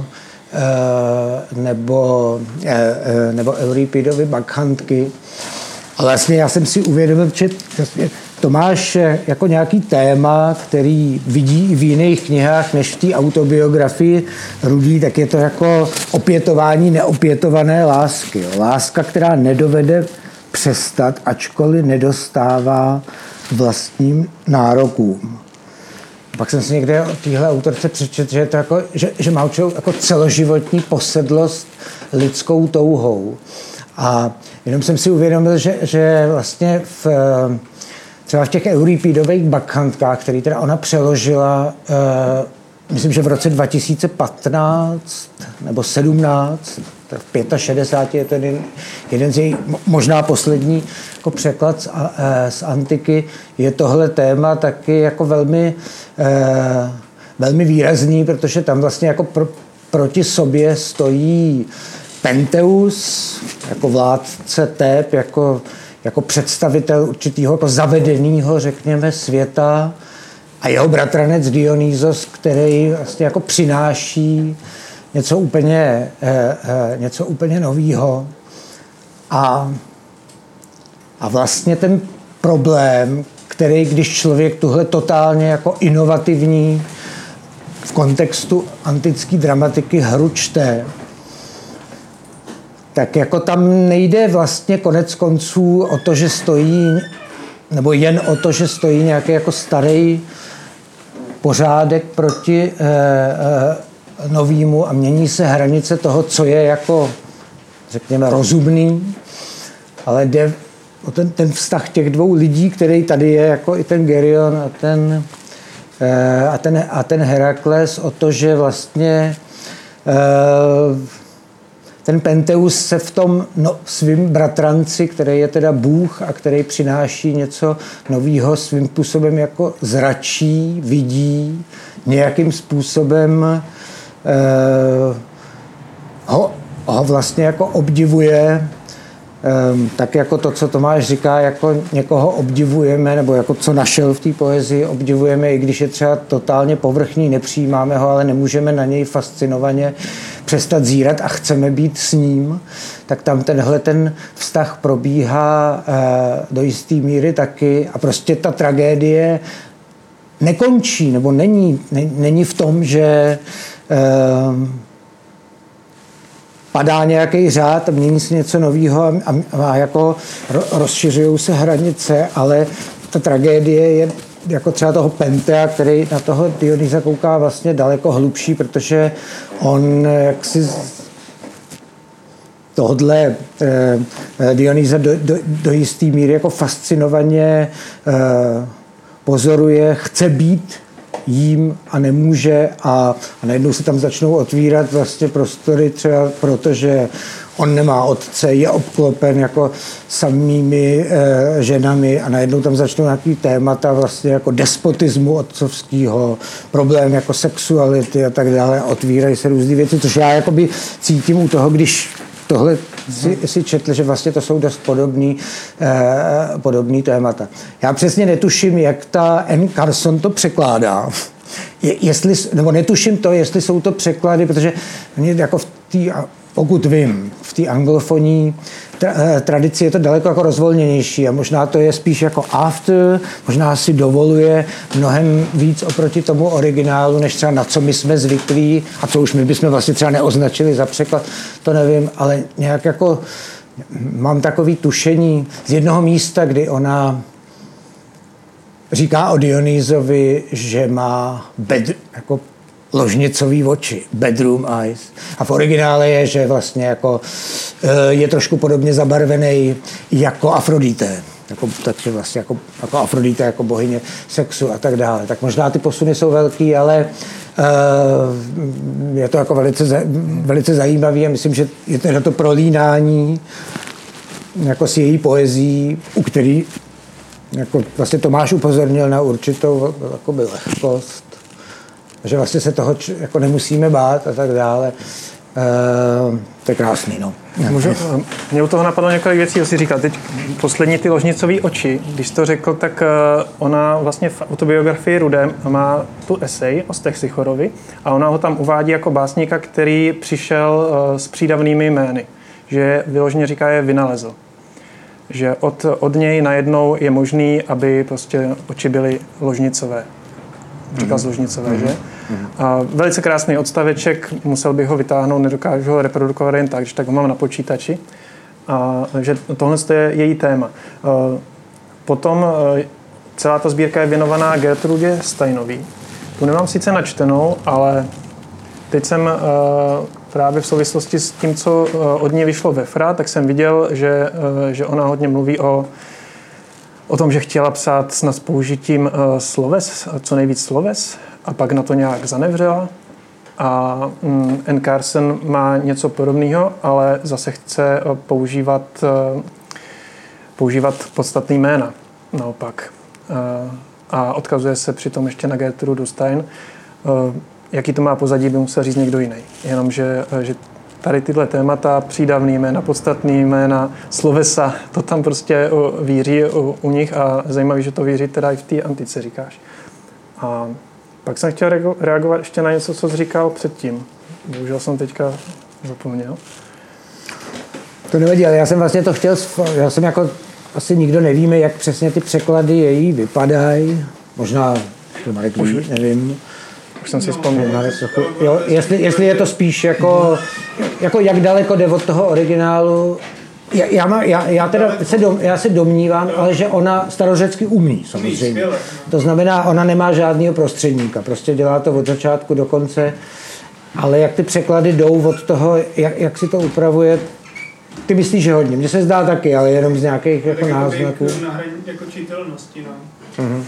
uh, nebo, uh, uh, nebo Euripidovy Bakhantky. Ale vlastně já jsem si uvědomil, že to máš jako nějaký téma, který vidí i v jiných knihách než v té autobiografii Rudý, tak je to jako opětování neopětované lásky. Jo. Láska, která nedovede přestat, ačkoliv nedostává vlastním nárokům. Pak jsem si někde o téhle autorce přečetl, že, je to jako, že, že má určitou jako celoživotní posedlost lidskou touhou. A jenom jsem si uvědomil, že, že vlastně v, třeba v těch Euripidových Bakhantkách, který teda ona přeložila, uh, myslím, že v roce dva tisíce patnáct nebo sedmnáct, v šedesát pět je to jeden, jeden z jejich, možná poslední jako překlad z, z antiky, je tohle téma taky jako velmi, eh, velmi výrazný, protože tam vlastně jako pro, proti sobě stojí Penteus, jako vládce Téb, jako, jako představitel určitého jako zavedeného, řekněme, světa a jeho bratranec Dionysos, který vlastně jako přináší něco úplně, eh, eh, něco úplně novýho. A, a vlastně ten problém, který, když člověk tuhle totálně jako inovativní v kontextu antické dramatiky hru čte, tak jako tam nejde vlastně konec konců o to, že stojí, nebo jen o to, že stojí nějaký jako starý pořádek proti eh, eh, novýmu a mění se hranice toho, co je jako, řekněme, rozumný, ale jde o ten, ten vztah těch dvou lidí, který tady je, jako i ten Gerion a ten, eh, a ten, a ten Herakles, o to, že vlastně eh, ten Penteus se v tom no, svým bratranci, který je teda Bůh a který přináší něco novýho, svým způsobem jako zračí, vidí, nějakým způsobem eh, ho, ho vlastně jako obdivuje tak jako to, co Tomáš říká, jako někoho obdivujeme, nebo jako co našel v té poezii, obdivujeme, i když je třeba totálně povrchní, nepřijímáme ho, ale nemůžeme na něj fascinovaně přestat zírat a chceme být s ním, tak tam tenhle ten vztah probíhá do jisté míry taky a prostě ta tragédie nekončí, nebo není, ne, není v tom, že padá nějaký řád, mění se něco nového a, a, a jako rozšiřují se hranice, ale ta tragédie je jako třeba toho Pentea, který na toho Dionýza kouká vlastně daleko hlubší, protože on jaksi tohodle eh, Dionýza do, do, do jisté míry jako fascinovaně eh, pozoruje, chce být jím a nemůže a, a najednou se tam začnou otvírat vlastně prostory třeba protože on nemá otce, je obklopen jako samými e, ženami a najednou tam začnou nějaký témata vlastně jako despotismu otcovského, problém jako sexuality a tak dále. Otvírají se různé věci, což já jakoby cítím u toho, když tohle si, si četl, že vlastně to jsou dost podobný, eh, podobný témata. Já přesně netuším, jak ta N. Carson to překládá. Je, jestli, nebo netuším to, jestli jsou to překlady, protože mě jako v té, pokud vím, v té anglofonní tra, tradici je to daleko jako rozvolněnější a možná to je spíš jako after, možná si dovoluje mnohem víc oproti tomu originálu, než třeba na co my jsme zvyklí a co už my bychom vlastně třeba neoznačili za překlad, to nevím, ale nějak jako mám takový tušení z jednoho místa, kdy ona říká o Dionýzovi, že má bed, jako ložnicový oči, bedroom eyes. A v originále je, že vlastně jako je trošku podobně zabarvený jako Afrodité. Jako, takže vlastně jako, jako Afrodité, jako bohyně sexu a tak dále. Tak možná ty posuny jsou velký, ale uh, je to jako velice, velice zajímavý a myslím, že je teda to prolínání jako s její poezí, u který jako vlastně Tomáš upozornil na určitou jakoby lehkost, že vlastně se toho jako nemusíme bát a tak dále. E, to je krásný, no. Můžu, mě u toho napadlo několik věcí, co jsi říkal. Teď poslední ty ložnicové oči, když jsi to řekl, tak ona vlastně v autobiografii Rudé má tu esej o Stesichorovi a ona ho tam uvádí jako básníka, který přišel s přídavnými jmény. Že vyloženě říká, je vynalezl. Že od, od něj najednou je možný, aby prostě oči byly ložnicové. Říkal z ložnicové, mm-hmm. že? A velice krásný odstaveček, musel bych ho vytáhnout, nedokážu ho reprodukovat jen tak, že tak ho mám na počítači. A že tohle je její téma. Potom celá ta sbírka je věnovaná Gertrudě Steinové. Tu nemám sice načtenou, ale teď jsem právě v souvislosti s tím, co od ní vyšlo ve Fra, tak jsem viděl, že, že ona hodně mluví o, o tom, že chtěla psát snad s použitím sloves, co nejvíc sloves, a pak na to nějak zanevřela. A N. Carson má něco podobného, ale zase chce používat, používat podstatný jména naopak. A odkazuje se přitom ještě na Gertrudu Stein. Jaký to má pozadí, by musel říct někdo jiný. Jenomže že tady tyhle témata, přídavný jména, podstatný jména, slovesa, to tam prostě víří u, u nich a zajímavé, že to víří teda i v té antice, říkáš. A pak jsem chtěl reagovat ještě na něco, co jsi říkal předtím. Bohužel jsem teďka zapomněl. To nevadí, ale já jsem vlastně to chtěl, já jsem jako, asi nikdo nevíme, jak přesně ty překlady její vypadají. Možná, to Marek ví, nevím. Už jsem si vzpomněl. Jo, jestli, jestli je to spíš jako, jako jak daleko jde od toho originálu. Já, já, má, já, já, teda se dom, já se domnívám, ale že ona starořecky umí, samozřejmě. To znamená, ona nemá žádného prostředníka. Prostě dělá to od začátku do konce. Ale jak ty překlady jdou od toho, jak, jak si to upravuje, ty myslíš, že hodně. Mně se zdá taky, ale jenom z nějakých jako náznaků. Jako čitelnosti, no. Uh-huh.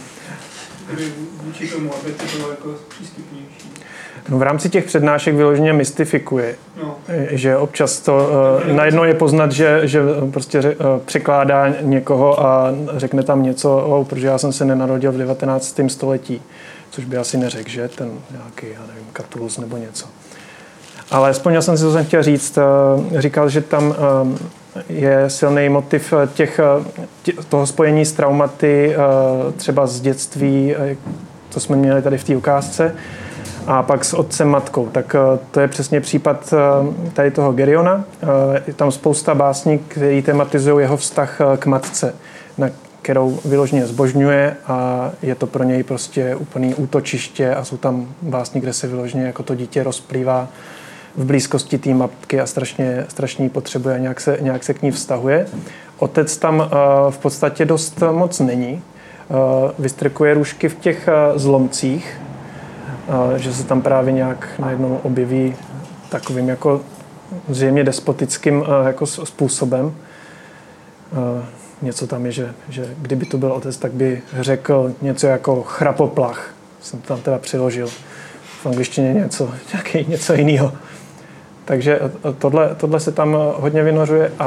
Vůči tomu, aby to bylo jako přístupnější. No, v rámci těch přednášek vyloženě mystifikuje, no. Že občas to uh, najednou je poznat, že, že prostě uh, překládá někoho a řekne tam něco, oh, protože já jsem se nenarodil v devatenáctém století, což by asi neřekl, že ten nějaký, já nevím, Catullus nebo něco. Ale vzpomněl jsem si, co jsem chtěl říct. Říkal, že tam je silný motiv těch, tě, toho spojení s traumaty třeba z dětství, co jsme měli tady v té ukázce, a pak s otcem matkou. Tak to je přesně případ tady toho Geriona. Je tam spousta básní, který tematizují jeho vztah k matce, na kterou vyloženě zbožňuje, a je to pro něj prostě úplný útočiště a jsou tam básní, kde se vyloženě jako to dítě rozplývá v blízkosti té matky a strašně, strašně ji potřebuje a nějak se, nějak se k ní vztahuje. Otec tam uh, v podstatě dost moc není. Uh, vystrkuje růžky v těch uh, zlomcích, uh, že se tam právě nějak najednou objeví takovým jako zřejmě despotickým uh, jako způsobem. Uh, něco tam je, že, že kdyby to byl otec, tak by řekl něco jako chrapoplach. Jsem tam teda přiložil. V angličtině něco, nějaký, něco jiného. Takže tohle, tohle se tam hodně vynořuje a,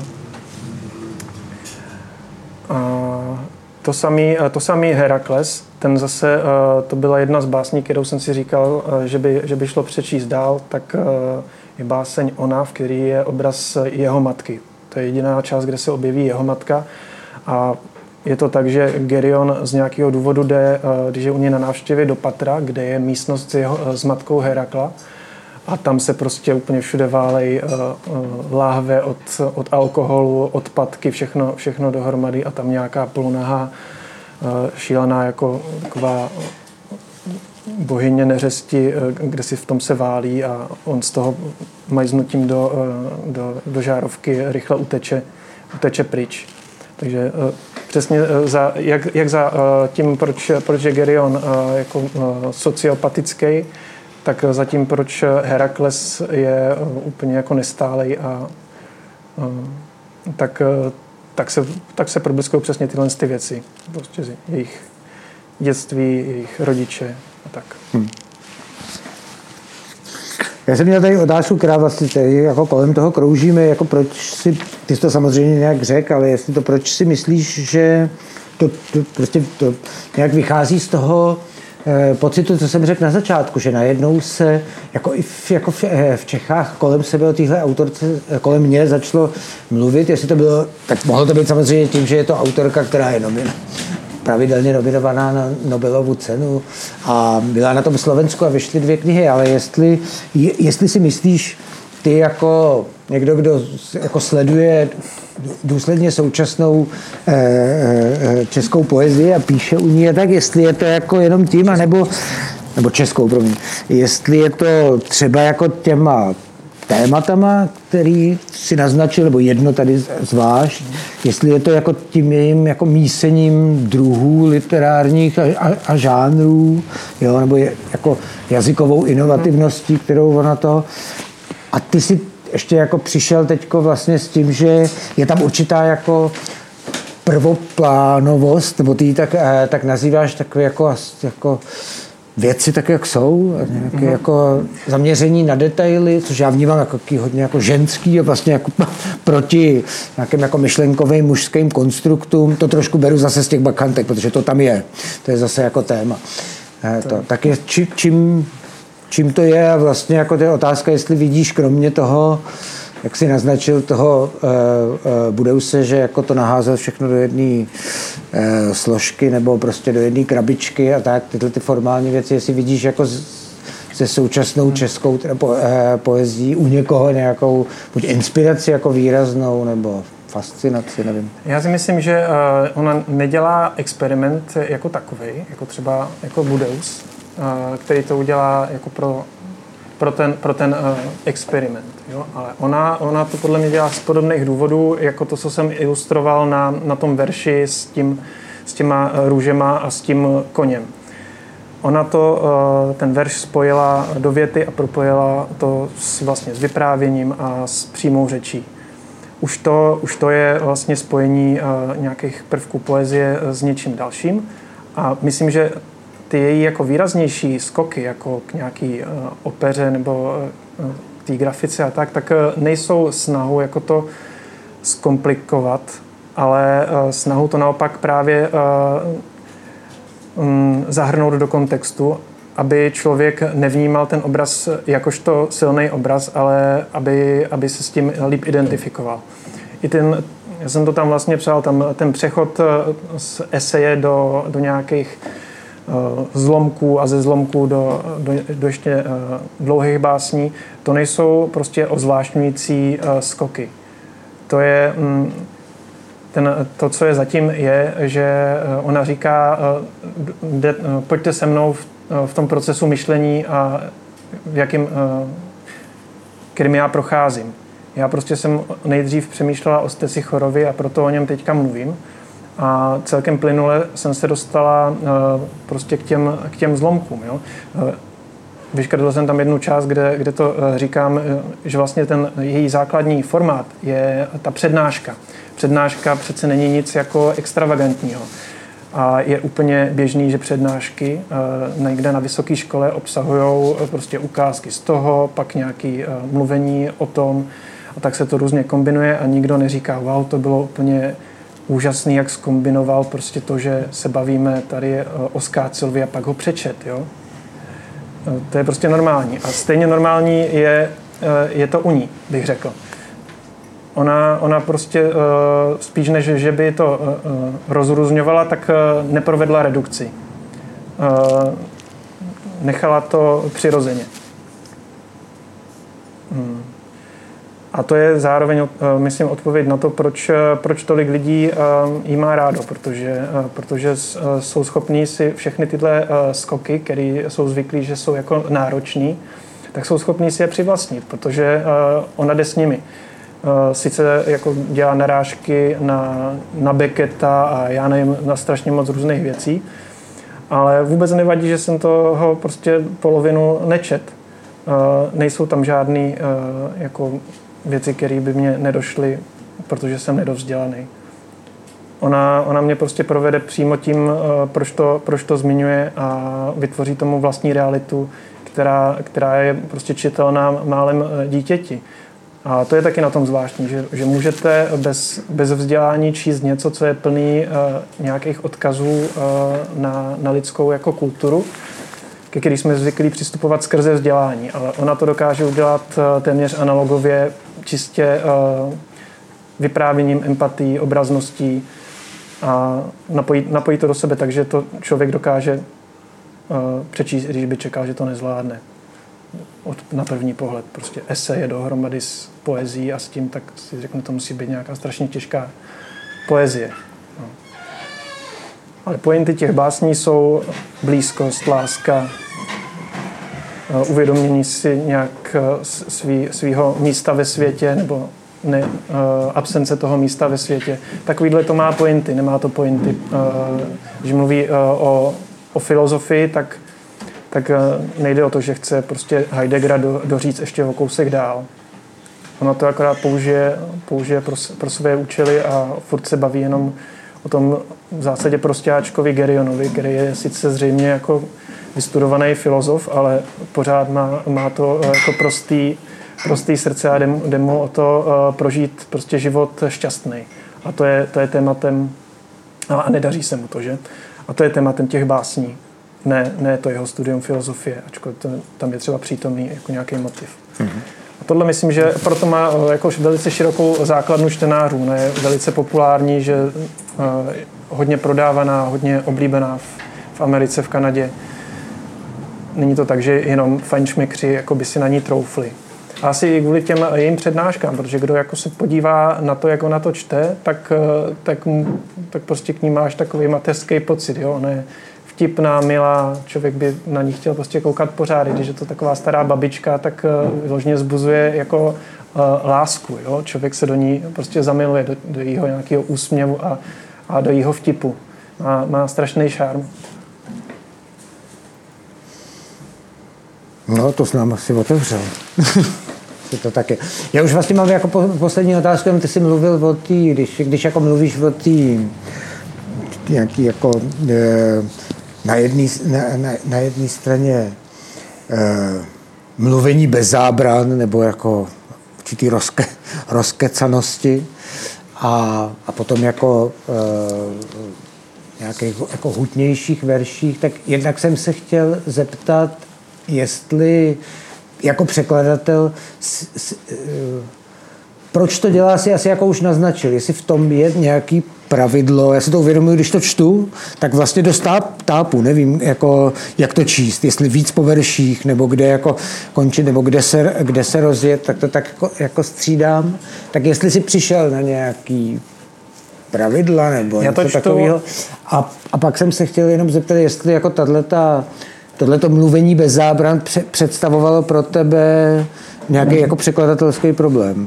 a to samý, to samý Herakles, ten zase, to byla jedna z básní, kterou jsem si říkal, že by, že by šlo přečíst dál, tak je báseň Ona, v který je obraz jeho matky. To je jediná část, kde se objeví jeho matka, a je to tak, že Gerion z nějakého důvodu jde, když je u něj na návštěvě, do patra, kde je místnost s, jeho, s matkou Herakla, a tam se prostě úplně všude válej uh, uh, láhve od, od alkoholu, odpadky, všechno, všechno dohromady, a tam nějaká polonahá uh, šílená jako taková bohyně neřesti, uh, kde si v tom se válí, a on z toho majznutím do, uh, do, do žárovky rychle uteče, uteče pryč. Takže uh, přesně uh, za, jak, jak za uh, tím, proč, proč je Gerion uh, jako uh, sociopatický, tak zatím, proč Herakles je úplně jako nestálej, a, a tak, tak, se, tak se probliskují přesně tyhle ty věci. Prostě jejich dětství, jejich rodiče a tak. Hmm. Já jsem měl tady otázku, která vlastně tady jako kolem toho kroužíme, jako proč si, ty jsi to samozřejmě nějak řekl, ale jestli to, proč si myslíš, že to, to prostě to nějak vychází z toho pocitu, co jsem řekl na začátku, že najednou se jako i v, jako v, v Čechách kolem sebe o téhle autorce, kolem mě začalo mluvit, jestli to bylo, tak mohlo to být samozřejmě tím, že je to autorka, která je nomin, pravidelně nominovaná na Nobelovu cenu a byla na tom Slovensku a vyšly dvě knihy, ale jestli, jestli si myslíš, ty jako někdo, kdo jako sleduje důsledně současnou e, českou poezii a píše u ní, tak jestli je to jako jenom tím, anebo, nebo českou, promiň, jestli je to třeba jako těma tématama, který si naznačil, nebo jedno tady zvlášť, jestli je to jako tím jejím jako mísením druhů literárních a, a, a žánrů, jo, nebo je, jako jazykovou inovativností, kterou ona to. A ty si ještě jako přišel teďko vlastně s tím, že je tam určitá jako prvoplánovost, nebo ty ji tak, tak nazýváš takové jako, jako věci tak, jak jsou, nějaké mm-hmm. jako zaměření na detaily, což já vnímám jako hodně jako ženský a vlastně jako proti nějakým jako myšlenkovým mužským konstruktům. To trošku beru zase z těch bakantek, protože to tam je. To je zase jako téma. To, tak je, či, čím Čím to je a vlastně jako to je otázka, jestli vidíš kromě toho, jak jsi naznačil toho uh, uh, Budeuse, že jako to naházel všechno do jedné uh, složky nebo prostě do jedné krabičky a tak, tyhle ty formální věci, jestli vidíš jako z, se současnou českou teda po, uh, poezí u někoho nějakou buď inspiraci jako výraznou nebo fascinaci, nevím. Já si myslím, že uh, ona nedělá experiment jako takový, jako třeba jako Budeus, který to udělá jako pro, pro ten, pro ten uh, experiment. Jo? Ale ona, ona to podle mě dělá z podobných důvodů, jako to, co jsem ilustroval na, na tom verši s, tím, s těma růžema a s tím koněm. Ona to, uh, ten verš spojila do věty a propojila to s, vlastně s vyprávěním a s přímou řečí. Už to, už to je vlastně spojení uh, nějakých prvků poezie s něčím dalším a myslím, že ty její jako výraznější skoky, jako k nějaký uh, opeře nebo uh, k té grafice a tak, tak uh, nejsou snahou jako to zkomplikovat, ale uh, snahou to naopak právě uh, um, zahrnout do kontextu aby člověk nevnímal ten obraz jakožto silný obraz, ale aby, aby se s tím líp identifikoval. I ten, já jsem to tam vlastně psal, tam ten přechod z eseje do, do nějakých uh, zlomků a ze zlomků do, do, do ještě uh, dlouhých básní, to nejsou prostě ozvláštňující uh, skoky. To je... Um, Ten, to, co je zatím, je, že ona říká, de, pojďte se mnou v, v tom procesu myšlení a v jakým, kterým já procházím. Já prostě jsem nejdřív přemýšlela o Stesichorovi a proto o něm teďka mluvím. A celkem plynule jsem se dostala prostě k těm, k těm zlomkům. Jo? Vyškrtl jsem tam jednu část, kde, kde to říkám, že vlastně ten její základní formát je ta přednáška. Přednáška přece není nic jako extravagantního. A je úplně běžný, že přednášky někde na vysoké škole obsahují prostě ukázky z toho, pak nějaké mluvení o tom, a tak se to různě kombinuje a nikdo neříká, wow, to bylo úplně úžasný, jak zkombinoval prostě to, že se bavíme tady o Skácelovi a pak ho přečet, jo. To je prostě normální. A stejně normální je, je to u ní, bych řekl. Ona, ona prostě spíš než, že by to rozrůzňovala, tak neprovedla redukci. Nechala to přirozeně. Hmm. A to je zároveň, myslím, odpověď na to, proč, proč tolik lidí jí má rádo, protože, protože jsou schopní si všechny tyhle skoky, které jsou zvyklí, že jsou jako náročný, tak jsou schopní si je přivlastnit, protože ona jde s nimi. Sice jako dělá narážky na, na Becketa a já nevím, na strašně moc různých věcí, ale vůbec nevadí, že jsem toho prostě polovinu nečet. Nejsou tam žádný jako věci, které by mě nedošly, protože jsem nedovzdělaný. Ona, ona mě prostě provede přímo tím, proč to, proč to zmiňuje a vytvoří tomu vlastní realitu, která, která je prostě čitelná málem dítěti. A to je taky na tom zvláštní, že, že můžete bez, bez vzdělání číst něco, co je plný uh, nějakých odkazů uh, na, na lidskou jako kulturu, ke který jsme zvyklí přistupovat skrze vzdělání. Ale ona to dokáže udělat uh, téměř analogově, čistě uh, vyprávěním, empatií, obrazností a napojí, napojí to do sebe, takže to člověk dokáže uh, přečíst, když by čekal, že to nezvládne. Od, na první pohled. Prostě eseje dohromady s poezií a s tím, tak si řeknu, to musí být nějaká strašně těžká poezie. No. Ale pointy těch básní jsou blízkost, láska, uvědomění si nějak svý, svýho místa ve světě nebo ne, absence toho místa ve světě. Takovýhle to má pointy, nemá to pointy. Když mluví o, o filozofii, tak tak nejde o to, že chce prostě Heideggera do, doříct ještě o kousek dál. Ono to akorát použije, použije pro, pro své účely a furt se baví jenom o tom v zásadě prostáčkovi Gerionovi, který je sice zřejmě jako vystudovaný filozof, ale pořád má, má to jako prostý, prostý srdce a jde mu o to uh, prožít prostě život šťastný. A to je, to je tématem, a nedaří se mu to, že? A to je tématem těch básní. Ne, ne to jeho studium filozofie, ačkoliv to, tam je třeba přítomný jako nějaký motiv. Mm-hmm. A tohle myslím, že proto má jako velice širokou základnu čtenářů. Ne? Je velice populární, že uh, hodně prodávaná, hodně oblíbená v, v Americe, v Kanadě. Není to tak, že jenom fajnšmekři jako by si na ní troufli. A asi i kvůli těm jejím přednáškám, protože kdo jako se podívá na to, jak ona to čte, tak, tak, tak prostě k ní máš takový mateřský pocit. Jo? Ona je vtipná, milá, člověk by na ní chtěl prostě koukat pořád, když je to taková stará babička, tak vyloženě zbuzuje jako uh, lásku. Jo? Člověk se do ní prostě zamiluje, do, do jejího nějakého úsměvu a, a do jejího vtipu. Má, má strašný šarm. No, to s námi si otevřel. To taky. Já už vlastně mám jako poslední otázku, ty jsi mluvil o té, když, když jako mluvíš o té nějaký jako e, na jedné na, na, na jedné straně e, mluvení bez zábran nebo jako určitý rozke, rozkecanosti a, a potom jako e, nějakých jako hutnějších verších, tak jednak jsem se chtěl zeptat, jestli jako překladatel s, s, proč to dělá, si asi jako už naznačil, jestli v tom je nějaký pravidlo, já si to uvědomuji, když to čtu, tak vlastně dost tápu, nevím, jako, jak to číst, jestli víc po verších, nebo kde jako končit, nebo kde se, kde se rozjet, tak to tak jako, jako střídám. Tak jestli si přišel na nějaký pravidla, nebo něco takového. A, a pak jsem se chtěl jenom zeptat, jestli jako tato, tohleto mluvení bez zábran představovalo pro tebe nějaký jako překladatelský problém.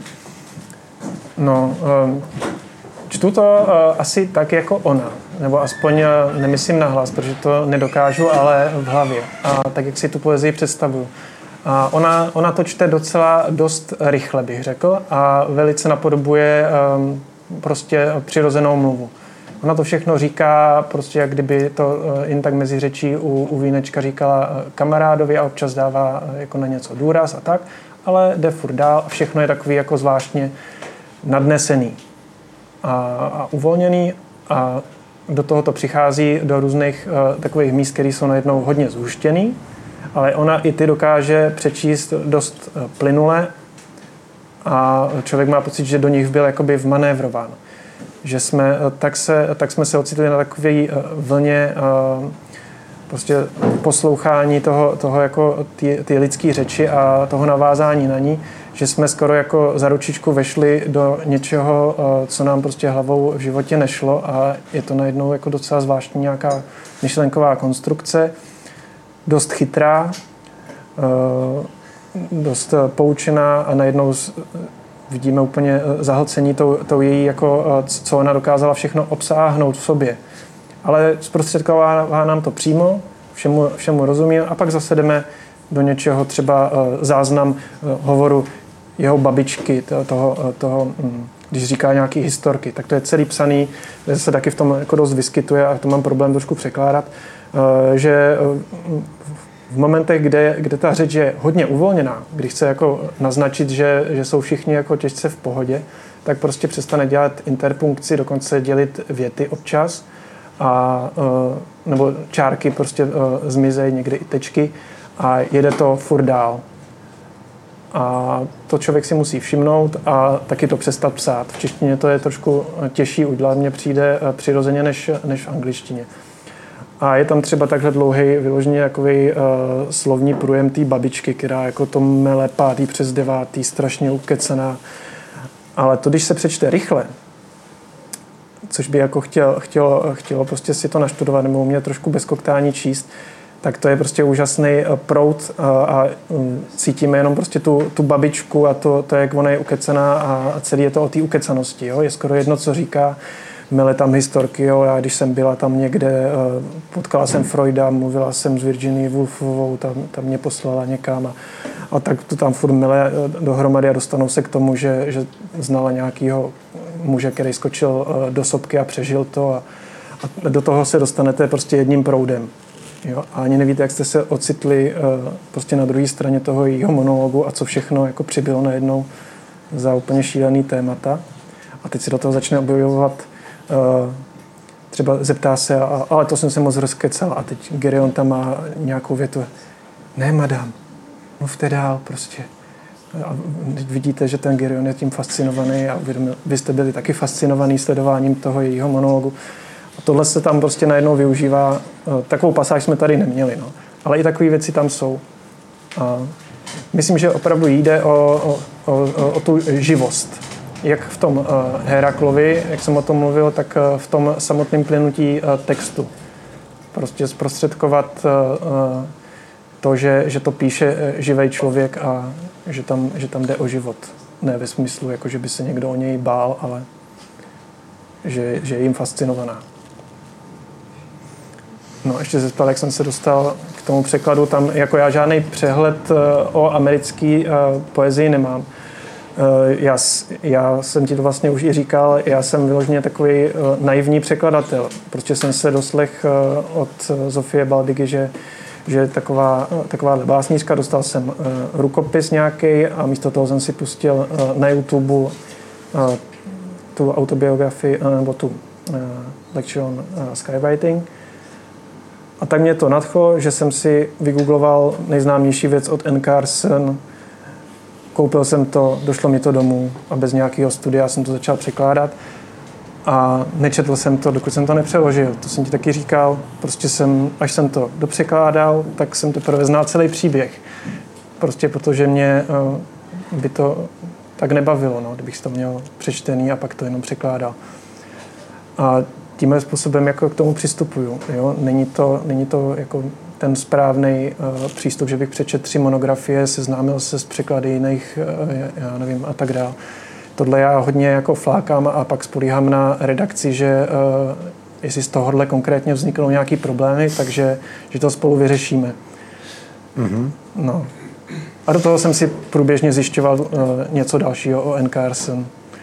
No, um, čtu to uh, asi tak jako ona, nebo aspoň uh, nemyslím nahlas, protože to nedokážu, ale v hlavě. A tak, jak si tu poezii představuju. A ona, ona to čte docela dost rychle, bych řekl, a velice napodobuje um, prostě přirozenou mluvu. Ona to všechno říká, prostě jak kdyby to uh, jen tak mezi řečí u, u Vínečka říkala uh, kamarádovi a občas dává uh, jako na něco důraz a tak, ale jde furt dál a všechno je takový jako zvláštně nadnesený a, a uvolněný a do toho to přichází do různých uh, takových míst, které jsou najednou hodně zhuštěný, ale ona i ty dokáže přečíst dost uh, plynule a člověk má pocit, že do nich byl jakoby vmanévrován. Že jsme, uh, tak, se, tak jsme se ocitli na takové uh, vlně uh, prostě poslouchání toho, toho jako ty, ty lidské řeči a toho navázání na ní, že jsme skoro jako za ručičku vešli do něčeho, co nám prostě hlavou v životě nešlo a je to najednou jako docela zvláštní nějaká myšlenková konstrukce, dost chytrá, dost poučená a najednou vidíme úplně zahlcení tou, tou její, jako, co ona dokázala všechno obsáhnout v sobě. Ale zprostředkovává nám to přímo, všemu, všemu rozumím a pak zase jdeme do něčeho, třeba záznam hovoru jeho babičky, toho, toho, když říká nějaký historky, tak to je celý psaný, že se taky v tom jako dost vyskytuje a to mám problém trošku překládat, že v momentech, kde, kde ta řeč je hodně uvolněná, když chce jako naznačit, že, že jsou všichni jako těžce v pohodě, tak prostě přestane dělat interpunkci, dokonce dělit věty občas, a, nebo čárky prostě zmizejí, někdy i tečky a jede to furt dál. A to člověk si musí všimnout a taky to přestat psát. V češtině to je trošku těžší udělat, mně přijde přirozeně než, než v angličtině. A je tam třeba takhle dlouhý, vyloženě takový uh, slovní průjem té babičky, která jako to mele pátý přes devátý, strašně ukecaná. Ale to, když se přečte rychle, což by jako chtěl, chtělo, chtělo prostě si to naštudovat nebo umět trošku bez koktání číst, tak to je prostě úžasný proud a, a cítíme jenom prostě tu, tu babičku a to, to, jak ona je ukecaná a celý je to o té ukecanosti. Jo? Je skoro jedno, co říká, mele tam historky, jo? Já když jsem byla tam někde, potkala jsem Freuda, mluvila jsem s Virginie Woolfovou, tam, tam mě poslala někam a, a tak to tam furt mele dohromady a dostanou se k tomu, že, že znala nějakýho muže, který skočil do sopky a přežil to a, a do toho se dostanete prostě jedním proudem. Jo? A ani nevíte, jak jste se ocitli uh, prostě na druhé straně toho jejího monologu a co všechno jako přibylo najednou za úplně šílený témata. A teď si do toho začne objevovat, uh, třeba zeptá se, a, ale to jsem se moc rozkecal a teď Gerion tam má nějakou větu. Ne, madam, mluvte dál prostě. A vidíte, že ten Gerion je tím fascinovaný a vy jste byli taky fascinovaný sledováním toho jejího monologu. A tohle se tam prostě najednou využívá. Takovou pasáž jsme tady neměli, no. Ale i takové věci tam jsou. A myslím, že opravdu jde o, o, o, o tu živost. Jak v tom uh, Heraklovi, jak jsem o tom mluvil, tak uh, v tom samotném plynutí uh, textu. Prostě zprostředkovat uh, to, že, že to píše uh, živý člověk a že tam, že tam jde o život. Ne ve smyslu, jako že by se někdo o něj bál, ale že, že je jim fascinovaná. No, ještě se ptal, jak jsem se dostal k tomu překladu. Tam jako já žádný přehled uh, o americké uh, poezii nemám. Uh, já, já jsem ti to vlastně už i říkal, já jsem vyloženě takový uh, naivní překladatel. Prostě jsem se doslech uh, od Zofie Baldigy, že, že je taková, uh, taková básnířka, dostal jsem uh, rukopis nějaký a místo toho jsem si pustil uh, na YouTube uh, tu autobiografii, uh, nebo tu lecture on skywriting. A tak mě to nadchlo, že jsem si vygoogloval nejznámější věc od N. Carson. Koupil jsem to, došlo mi to domů a bez nějakého studia jsem to začal překládat. A nečetl jsem to, dokud jsem to nepřeložil. To jsem ti taky říkal. Prostě jsem, až jsem to dopřekládal, tak jsem teprve znal celý příběh. Prostě protože mě by to tak nebavilo, no, kdybych to měl přečtený a pak to jenom překládal. A tímhle způsobem jako k tomu přistupuju. Jo? Není to, není to jako ten správný uh, přístup, že bych přečetl tři monografie, seznámil se s překlady jiných, uh, já nevím, a tak dále. Tohle já hodně jako flákám a pak spolíhám na redakci, že uh, jestli z tohohle konkrétně vzniknou nějaký problémy, takže že to spolu vyřešíme. Mm-hmm. No. A do toho jsem si průběžně zjišťoval uh, něco dalšího o N. Carson.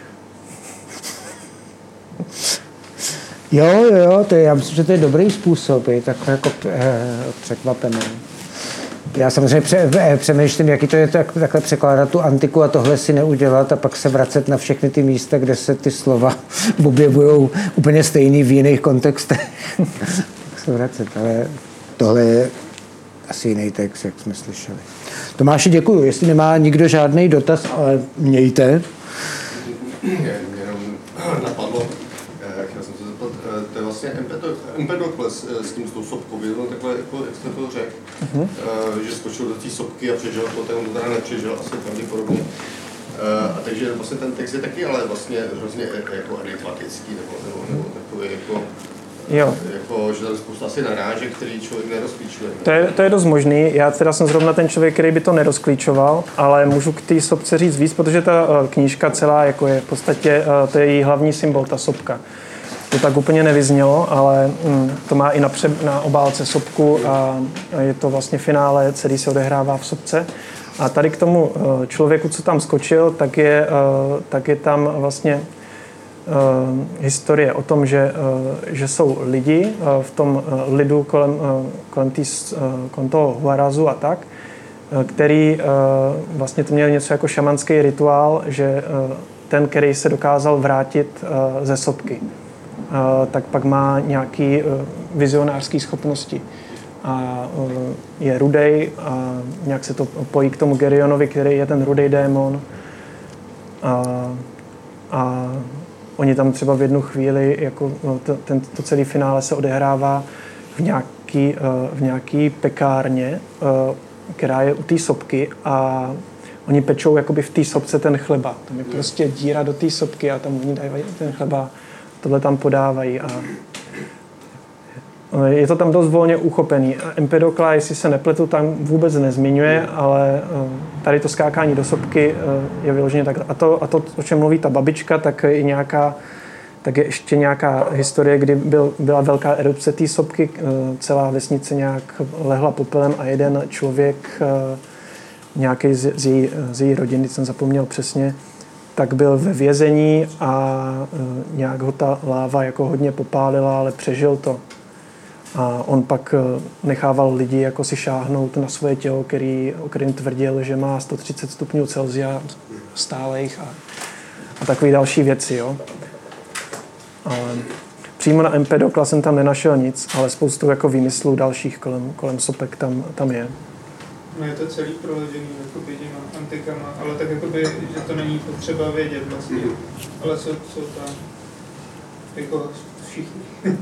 Jo, jo, to je, já myslím, že to je dobrý způsob, je takový jako eh, překvapený. Já samozřejmě pře, eh, přemýšlím, jaký to je tak, takhle překládat tu antiku a tohle si neudělat a pak se vracet na všechny ty místa, kde se ty slova objevují úplně stejný v jiných kontextech. Tak se vracet, ale tohle je asi jiný text, jak jsme slyšeli. Tomáši, děkuju. Jestli nemá nikdo žádný dotaz, ale mějte. Jenom napadlo, chtěl jsem se zeptat, to je vlastně Empedokles s tím s tou sopkou, byl takhle, jako, jak jste to řekl, uh-huh. že skočil do té sopky a přežil, poté on to teda nepřežil, asi pravděpodobně. A takže vlastně ten text je taky ale vlastně hrozně jako enigmatický, nebo, nebo, nebo takový jako... Jo. Jako, že tam spousta asi narážek, který člověk nerozklíčuje. To je, to je dost možný. Já teda jsem zrovna ten člověk, který by to nerozklíčoval, ale můžu k té sopce říct víc, protože ta uh, knížka celá jako je v podstatě, uh, to je její hlavní symbol, ta sopka. To tak úplně nevyznělo, ale um, to má i na, pře- na obálce sopku a, a je to vlastně finále, celý se odehrává v sopce. A tady k tomu uh, člověku, co tam skočil, tak je, uh, tak je tam vlastně Uh, historie o tom, že, uh, že jsou lidi uh, v tom uh, lidu kolem, uh, kolem, tý, uh, kolem toho Huarazu a tak, uh, který uh, vlastně to měl něco jako šamanský rituál, že uh, ten, který se dokázal vrátit uh, ze sopky, uh, tak pak má nějaký uh, vizionářský schopnosti. A uh, je rudej a nějak se to pojí k tomu Gerionovi, který je ten rudej démon. A, a oni tam třeba v jednu chvíli, jako to, ten, to celé finále se odehrává v nějaký, v nějaký pekárně, která je u té sopky a oni pečou jakoby v té sopce ten chleba. Tam je prostě díra do té sopky a tam oni dají ten chleba, tohle tam podávají a je to tam dost volně uchopený. Empedokla, jestli se nepletu, tam vůbec nezmiňuje, ale tady to skákání do sopky je vyloženě tak. A to, a to, o čem mluví ta babička, tak je nějaká, tak je ještě nějaká historie, kdy byl, byla velká erupce té sopky, celá vesnice nějak lehla popelem a jeden člověk, nějaký z, z, její, z její rodiny, jsem zapomněl přesně, tak byl ve vězení a nějak ho ta láva jako hodně popálila, ale přežil to. A on pak nechával lidi jako si šáhnout na svoje tělo, který, o kterém tvrdil, že má sto třicet stupňů Celsia stálejch a, a takové další věci. Jo. Ale přímo na Empedokla jsem tam nenašel nic, ale spoustu jako výmyslů dalších kolem, kolem sopek tam, tam je. No je to celý proložený jakoby těma antikama, ale tak jakoby, že to není potřeba vědět vlastně. Ale co, co tam jako všichni.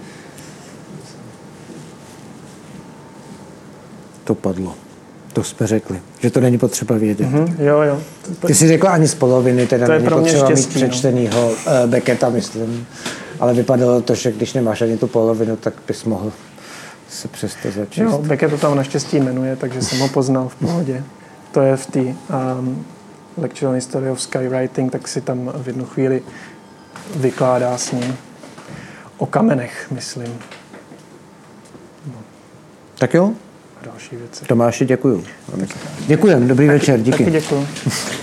To padlo. To jsme řekli, že to není potřeba vědět. Mm-hmm, jo, jo. Ty jsi řekla ani z poloviny, teda to není potřeba štěstí, mít přečtenýho no. uh, Becketa, myslím. Ale vypadalo to, že když nemáš ani tu polovinu, tak bys mohl se přesto začít. Jo, Beckett to tam naštěstí jmenuje, takže jsem ho poznal v pohodě. To je v té um, Lecture on History of Skywriting, tak si tam v jednu chvíli vykládá s ním o kamenech, myslím. No. Tak jo? Další věci. Tomáši, děkuju. Děkujem, dobrý večer, díky. Taky děkuju.